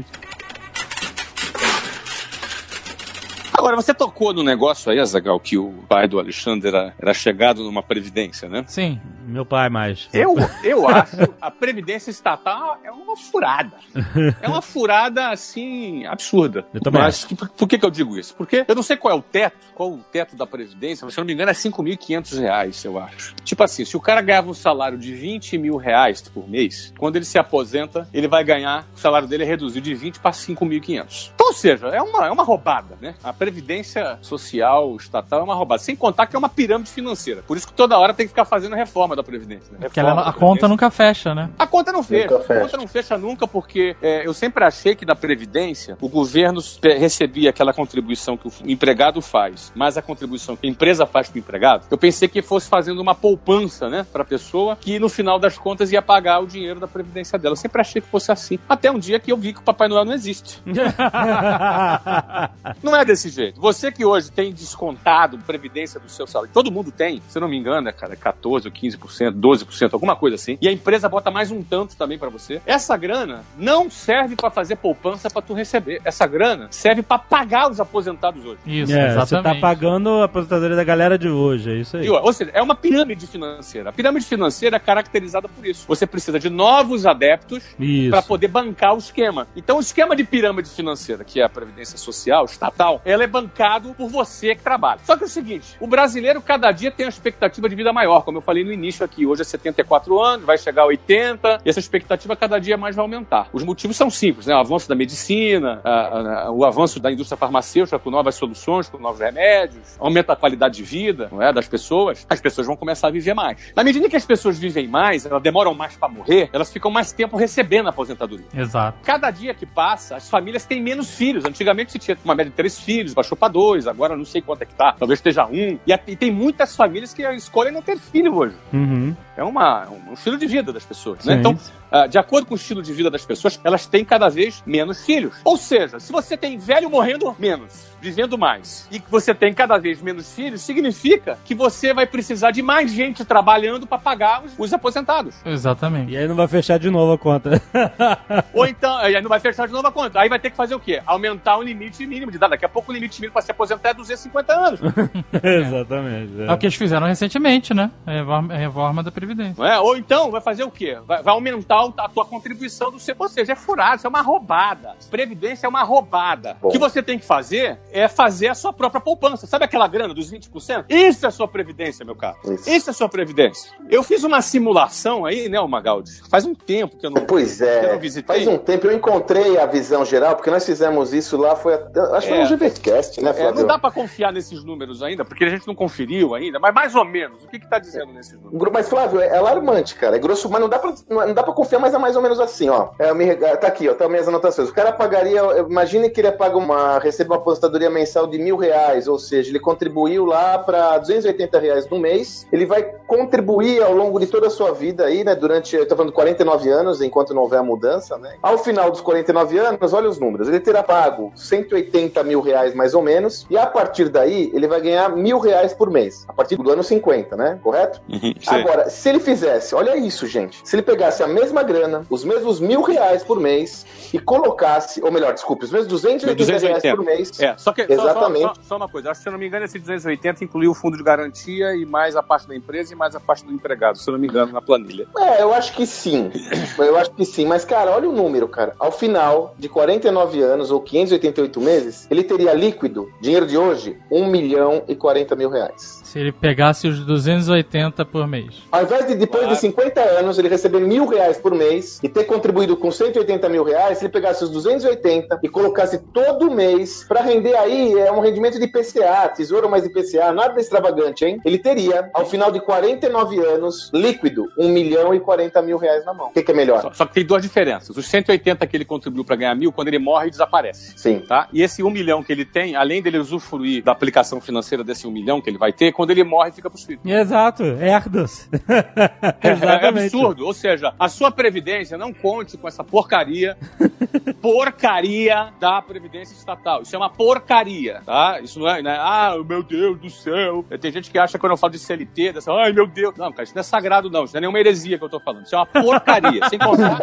Agora, você tocou no negócio aí, Azaghal, que o pai do Alexandre era chegado numa previdência, né? Sim. Meu pai mais. Eu acho a previdência estatal é uma furada. É uma furada, assim, absurda. Eu também Mas por que eu digo isso? Porque eu não sei qual o teto da previdência, se eu não me engano é R$5.500, eu acho. Tipo assim, se o cara ganhava um salário de R$20 mil por mês, quando ele se aposenta, ele vai ganhar, o salário dele é reduzido de 20 para 5.500. Então, ou seja, é uma roubada, né? A previdência social estatal é uma roubada. Sem contar que é uma pirâmide financeira. Por isso que toda hora tem que ficar fazendo reforma da previdência. Né? Porque a conta nunca fecha, né? A conta não fecha. A conta não fecha nunca porque eu sempre achei que da previdência o governo recebia aquela contribuição que o empregado faz, mas a contribuição que a empresa faz para o empregado, eu pensei que fosse fazendo uma poupança, né, para a pessoa que no final das contas ia pagar o dinheiro da previdência dela. Eu sempre achei que fosse assim. Até um dia que eu vi que o Papai Noel não existe. Não é desse jeito. Você que hoje tem descontado previdência do seu salário, todo mundo tem, se eu não me engano, cara, 14% ou 15%, 12%, alguma coisa assim, e a empresa bota mais um tanto também pra você. Essa grana não serve pra fazer poupança pra tu receber. Essa grana serve pra pagar os aposentados hoje. Isso, exatamente. Você tá pagando a aposentadoria da galera de hoje, é isso aí. Ou seja, é uma pirâmide financeira. A pirâmide financeira é caracterizada por isso. Você precisa de novos adeptos pra poder bancar o esquema. Então, o esquema de pirâmide financeira, que é a previdência social, estatal, ela é bancado por você que trabalha. Só que é o seguinte, o brasileiro cada dia tem uma expectativa de vida maior, como eu falei no início aqui, hoje é 74 anos, vai chegar a 80, e essa expectativa cada dia mais vai aumentar. Os motivos são simples, né? O avanço da medicina, o avanço da indústria farmacêutica com novas soluções, com novos remédios, aumenta a qualidade de vida, não é, das pessoas, as pessoas vão começar a viver mais. Na medida que as pessoas vivem mais, elas demoram mais para morrer, elas ficam mais tempo recebendo a aposentadoria. Exato. Cada dia que passa, as famílias têm menos filhos. Antigamente se tinha uma média de 3 filhos, baixou para 2, agora não sei quanto é que tá, talvez esteja 1. E tem muitas famílias que escolhem não ter filho hoje. Uhum. É um estilo de vida das pessoas, né? Então, de acordo com o estilo de vida das pessoas, elas têm cada vez menos filhos. Ou seja, se você tem velho morrendo menos, vivendo mais, e que você tem cada vez menos filhos, significa que você vai precisar de mais gente trabalhando para pagar os aposentados. Exatamente. E aí não vai fechar de novo a conta. Ou então, aí não vai fechar de novo a conta. Aí vai ter que fazer o quê? Aumentar o limite mínimo de idade. Daqui a pouco o limite mínimo para se aposentar é 250 anos. Exatamente. É o que eles fizeram recentemente, né? A reforma da Previdência. Não é? Ou então vai fazer o quê? Vai aumentar a tua contribuição do seu. Ou seja, é furado, isso é uma roubada. Previdência é uma roubada. Bom. O que você tem que fazer é fazer a sua própria poupança. Sabe aquela grana dos 20%? Isso é a sua previdência, meu caro. Isso é a sua previdência. Eu fiz uma simulação aí, né, Magaldi? Faz um tempo que eu não, pois é, que eu não visitei. Faz um tempo eu encontrei a visão geral, porque nós fizemos isso lá, acho que foi no GVCast, né, Flávio? Não dá pra confiar nesses números ainda, porque a gente não conferiu ainda, mas mais ou menos. O que tá dizendo nesses números? Mas, Flávio, variável é alarmante, cara. É grosso, mas não dá pra confiar, mas é mais ou menos assim, ó. Tá aqui, ó, tá minhas anotações. O cara pagaria, imagine que ele recebe uma aposentadoria mensal de R$1.000, ou seja, ele contribuiu lá pra R$280 no mês, ele vai contribuir ao longo de toda a sua vida aí, né, eu tô falando 49 anos, enquanto não houver a mudança, né. Ao final dos 49 anos, olha os números, ele terá pago R$180 mil mais ou menos, e a partir daí, ele vai ganhar R$1.000 por mês, a partir do ano 50, né, correto? Agora, se ele fizesse, olha isso, gente, se ele pegasse a mesma grana, os mesmos R$1.000 por mês, e colocasse, ou melhor, desculpe, os mesmos R$280 por mês. Só que, exatamente. Só uma coisa, acho que, se eu não me engano, esse 280 incluiu o fundo de garantia e mais a parte da empresa e mais a parte do empregado, se eu não me engano, na planilha. Eu acho que sim. Mas, cara, olha o número, cara. Ao final de 49 anos ou 588 meses, ele teria líquido, dinheiro de hoje, R$1.040.000. Se ele pegasse os 280 por mês. Ao invés de, depois de 50 anos, ele receber R$1.000 por mês e ter contribuído com R$180 mil, se ele pegasse os 280 e colocasse todo mês pra render aí, um rendimento de IPCA, tesouro mais IPCA, nada extravagante, hein? Ele teria, ao final de 49 anos, líquido, R$1.040.000 na mão. O que é melhor? Só que tem duas diferenças. Os 180 que ele contribuiu pra ganhar 1.000, quando ele morre, desaparece. Sim. Tá? E esse 1 milhão que ele tem, além dele usufruir da aplicação financeira desse 1 milhão que ele vai ter, quando ele morre, fica pros filhos. Exato, herdos. É absurdo. Ou seja, a sua previdência, não conte com essa porcaria da previdência estatal. Isso é uma porcaria, tá? Isso não é, né? Meu Deus do céu. Tem gente que acha que quando eu falo de CLT, ai, meu Deus. Não, cara, isso não é sagrado, não. Isso não é nenhuma heresia que eu tô falando. Isso é uma porcaria. Sem contar.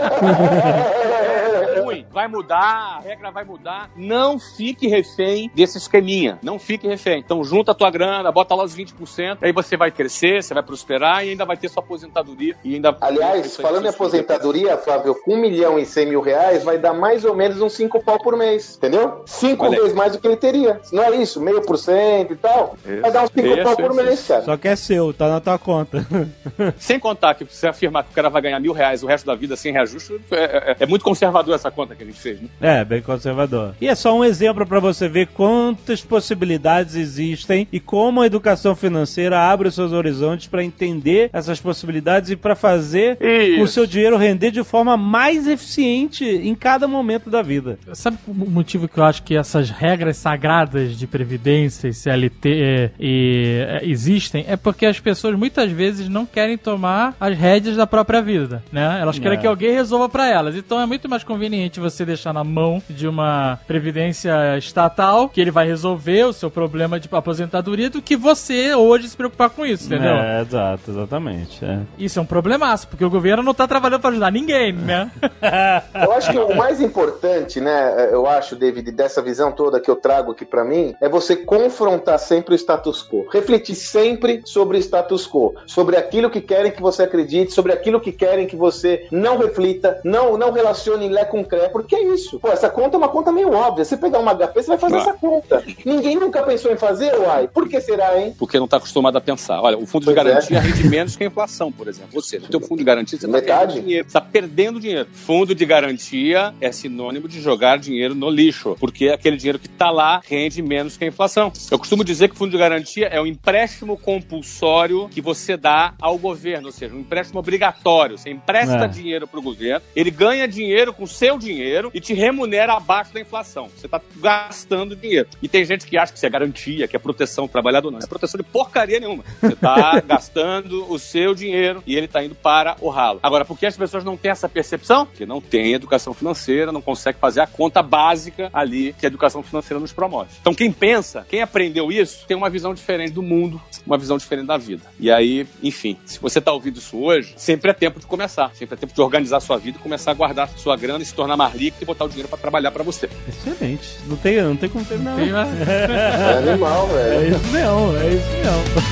É ruim. Vai mudar, a regra vai mudar. Não fique refém desse esqueminha. Não fique refém. Então, junta a tua grana, bota lá os 20%, aí você vai crescer, você vai prosperar e ainda vai ter sua aposentadoria. Aliás, falando em aposentadoria, Flávio, com R$1.100.000 vai dar mais ou menos uns 5 pau por mês, entendeu? 5 vezes mais do que ele teria. Não é isso? 0,5% e tal. Vai dar uns 5 pau por mês, cara. Só que é seu, tá na tua conta. Sem contar que você afirmar que o cara vai ganhar R$1.000 o resto da vida sem reajuste, é muito conservador essa conta que a gente fez, né? É, bem conservador. E é só um exemplo pra você ver quantas possibilidades existem e como a educação financeira abre os seus horizontes pra entender essas possibilidades e pra fazer o seu dinheiro render de forma mais eficiente em cada momento da vida. Sabe o motivo que eu acho que essas regras sagradas de previdência e CLT existem? É porque as pessoas muitas vezes não querem tomar as rédeas da própria vida, né? Elas querem que alguém resolva pra elas. Então é muito mais conveniente você deixar na mão de uma previdência estatal, que ele vai resolver o seu problema de aposentadoria, do que você hoje se preocupar com isso, entendeu? Exato, exatamente. Isso é um problemaço, porque o governo não tá trabalhando pra ajudar ninguém, né? Eu acho que o mais importante, né, David, dessa visão toda que eu trago aqui pra mim, é você confrontar sempre o status quo. Refletir sempre sobre o status quo. Sobre aquilo que querem que você acredite, sobre aquilo que querem que você não reflita, não relacione Lé com Cré, porque é isso. Pô, essa conta é uma conta meio óbvia. Você pegar uma HP, você vai fazer essa conta. Ninguém nunca pensou em fazer, uai. Por que será, hein? Porque não tá acostumado a pensar. Olha, o fundo de garantia rende menos que a inflação, por exemplo. Ou seja, o teu fundo de garantia, você tá perdendo dinheiro. Você tá perdendo dinheiro. Fundo de garantia é sinônimo de jogar dinheiro no lixo, porque aquele dinheiro que tá lá rende menos que a inflação. Eu costumo dizer que o fundo de garantia é um empréstimo compulsório que você dá ao governo, ou seja, um empréstimo obrigatório. Você empresta dinheiro pro governo, ele ganha dinheiro com o seu dinheiro e te remunera abaixo da inflação. Você tá gastando dinheiro. E tem gente que acha que isso é garantia, que é proteção do trabalhador. Não é proteção de porcaria nenhuma. Você tá gastando o seu dinheiro e ele tá indo para o ralo. Agora, por que as pessoas não têm essa percepção? Porque não tem educação financeira, não consegue fazer a conta básica ali que a educação financeira nos promove. Então, quem pensa, quem aprendeu isso, tem uma visão diferente do mundo, uma visão diferente da vida. E aí, enfim, se você tá ouvindo isso hoje, sempre é tempo de começar. Sempre é tempo de organizar a sua vida e começar a guardar sua grana e se tornar mais rico e botar o dinheiro para trabalhar para você. Excelente. Não tem como terminar. É animal, velho. É isso mesmo, é isso mesmo.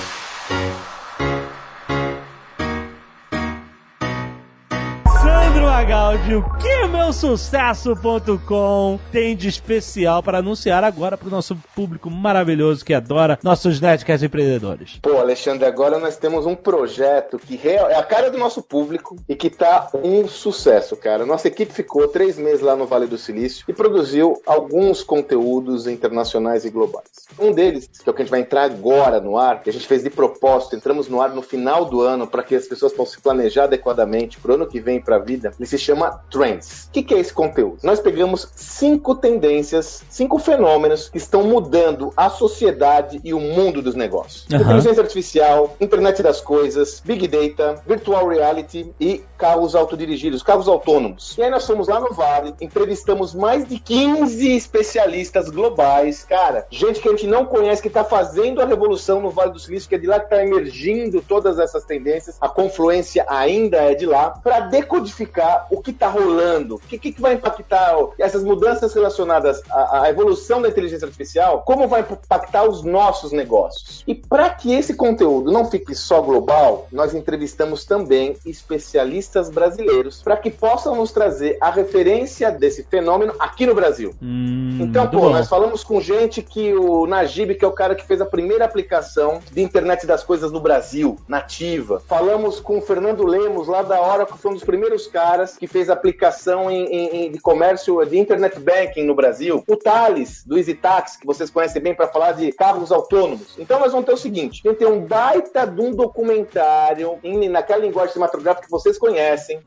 Sandro Magaldi, o que meusucesso.com tem de especial para anunciar agora para o nosso público maravilhoso que adora nossos Nerdcast empreendedores? Pô, Alexandre, agora nós temos um projeto que é a cara do nosso público e que tá um sucesso, cara. Nossa equipe ficou 3 meses lá no Vale do Silício e produziu alguns conteúdos internacionais e globais. Um deles, que é o que a gente vai entrar agora no ar, que a gente fez de propósito, entramos no ar no final do ano para que as pessoas possam se planejar adequadamente pro ano que vem pra vida, ele se chama Trends. O que é esse conteúdo? Nós pegamos 5 tendências, 5 fenômenos que estão mudando a sociedade e o mundo dos negócios. Inteligência artificial, internet das coisas, big data, virtual reality e carros autodirigidos, carros autônomos. E aí nós fomos lá no Vale, entrevistamos mais de 15 especialistas globais, cara, gente que a gente não conhece, que tá fazendo a revolução no Vale do Silício, que é de lá que tá emergindo todas essas tendências, a confluência ainda é de lá, para decodificar o que tá rolando, o que vai impactar essas mudanças relacionadas à evolução da inteligência artificial, como vai impactar os nossos negócios. E para que esse conteúdo não fique só global, nós entrevistamos também especialistas brasileiros para que possam nos trazer a referência desse fenômeno aqui no Brasil. Então, pô, nós falamos com gente que o Najib, que é o cara que fez a primeira aplicação de internet das coisas no Brasil, nativa. Falamos com o Fernando Lemos, lá da Oracle, que foi um dos primeiros caras que fez a aplicação de comércio de internet banking no Brasil. O Thales, do EasyTax, que vocês conhecem bem, para falar de carros autônomos. Então nós vamos ter o seguinte, a gente tem um baita de um documentário naquela linguagem cinematográfica que vocês conhecem.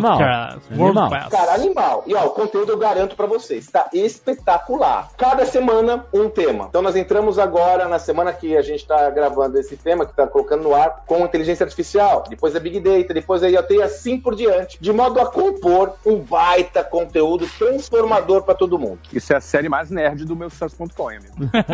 Animal. Cara, animal. E ó, o conteúdo eu garanto pra vocês, tá espetacular. Cada semana um tema. Então nós entramos agora na semana que a gente tá gravando esse tema, que tá colocando no ar, com inteligência artificial, depois é Big Data, depois é IoT e assim por diante, de modo a compor um baita conteúdo transformador pra todo mundo. Isso é a série mais nerd do meusucesso.com, amigo.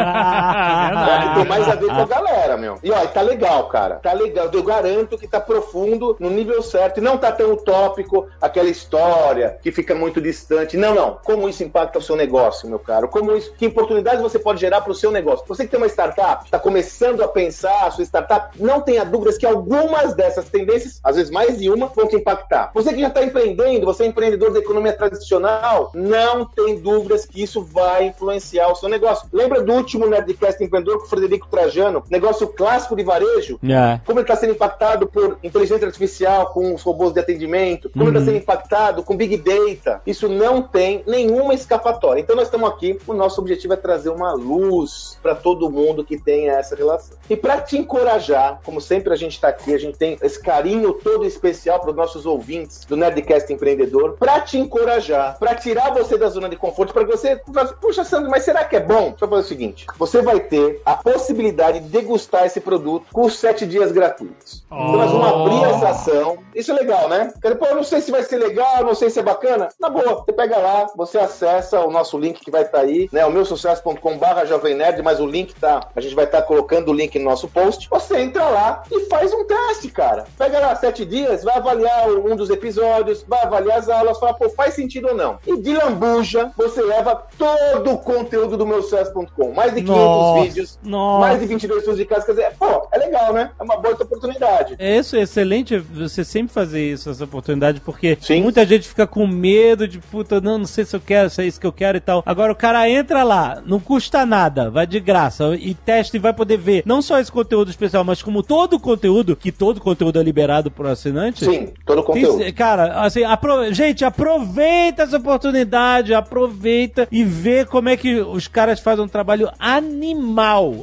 Tem mais a ver com a galera, meu. E ó, tá legal, cara. Tá legal. Eu garanto que tá profundo, no nível certo, e não tá tão utópico, aquela história que fica muito distante. Não. Como isso impacta o seu negócio, meu caro? Que oportunidades você pode gerar pro seu negócio? Você que tem uma startup, tá começando a pensar a sua startup, não tenha dúvidas que algumas dessas tendências, às vezes mais de uma, vão te impactar. Você que já tá empreendendo, você é empreendedor da economia tradicional, não tem dúvidas que isso vai influenciar o seu negócio. Lembra do último Nerdcast Empreendedor com o Frederico Trajano? Negócio clássico de varejo? Como ele está sendo impactado por inteligência artificial, com os robôs de atendimento? Como ele está sendo impactado com Big Data? Isso não tem nenhuma escapatória. Então nós estamos aqui, o nosso objetivo é trazer uma luz para todo mundo que tenha essa relação. E para te encorajar, como sempre a gente está aqui, a gente tem esse carinho todo especial para os nossos ouvintes do Nerdcast Empreendedor, para te encorajar, para tirar você da zona de conforto, para que você, puxa, Sandro, mas será que é bom? Deixa eu fazer o seguinte, você vai ter a possibilidade de degustar esse produto com os 7 dias gratuitos. Então nós vamos abrir essa ação. Isso é legal, né? Pô, eu não sei se vai ser legal, não sei se é bacana. Na boa, você pega lá, você acessa o nosso link que vai estar aí, né? O meusucesso.com/Jovem Nerd, mas o link tá, a gente vai estar colocando o link no nosso post. Você entra lá e faz um teste, cara. Pega lá 7 dias, vai avaliar um dos episódios, vai avaliar as aulas, fala, pô, faz sentido ou não. E de lambuja, você leva todo o conteúdo do meusucesso.com. Mais de 500 vídeos, mais de 22 estudos de casa. Quer dizer, pô, é legal, né? É uma boa oportunidade. É isso, é excelente você sempre fazer isso, essa oportunidade, porque muita gente fica com medo de, puta, não sei se eu quero, se é isso que eu quero e tal. Agora o cara entra lá, não custa nada, vai de graça, e testa e vai poder ver não só esse conteúdo especial, mas como todo o conteúdo, que todo o conteúdo é liberado pro assinante. Sim, todo o conteúdo. Cara, assim, gente, aproveita essa oportunidade, aproveita e vê como é que os caras fazem um trabalho animal,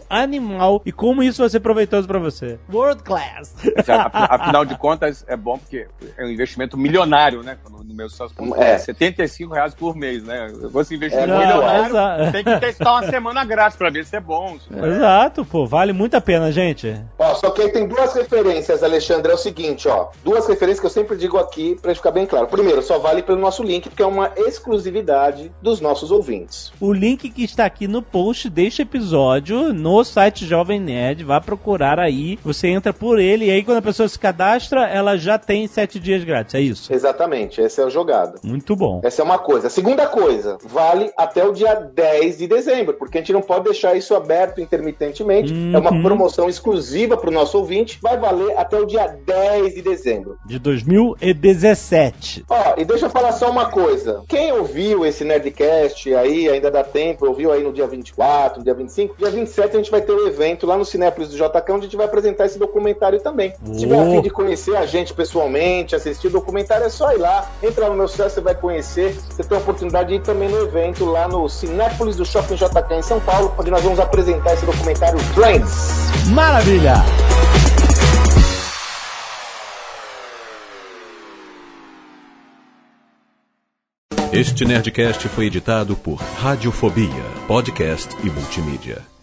e como isso vai ser proveitoso pra você. World class. Afinal de contas, é bom porque é um investimento milionário, né? No meu sócio, R$75 por mês, né? Esse investimento milionário, tem que testar uma semana grátis pra ver se é bom. Exato, pô, vale muito a pena, gente. Ó, só que aí tem 2 referências, Alexandre, é o seguinte, ó, 2 referências que eu sempre digo aqui pra ficar bem claro. Primeiro, só vale pelo nosso link, porque é uma exclusividade dos nossos ouvintes. O link que está aqui no post deste episódio, no site Jovem Nerd, vá procurar aí, você entra por ele, e aí quando a pessoa se cadastra, ela já tem 7 dias grátis, é isso? Exatamente, essa é a jogada. Muito bom. Essa é uma coisa. A segunda coisa, vale até o dia 10 de dezembro, porque a gente não pode deixar isso aberto intermitentemente, é uma promoção exclusiva para o nosso ouvinte, vai valer até o dia 10 de dezembro. De 2017. internet. Ó, e deixa eu falar só uma coisa. Quem ouviu esse Nerdcast aí, ainda dá tempo, ouviu aí no dia 24, no dia 25, dia 27 a gente vai ter um evento lá no Cinépolis do JK, onde a gente vai apresentar esse documentário também. Se tiver a fim de conhecer a gente pessoalmente, assistir o documentário, é só ir lá, entra no meu site, você vai conhecer, você tem a oportunidade de ir também no evento lá no Cinépolis do Shopping JK em São Paulo, onde nós vamos apresentar esse documentário Friends. Maravilha! Este Nerdcast foi editado por Radiofobia, podcast e multimídia.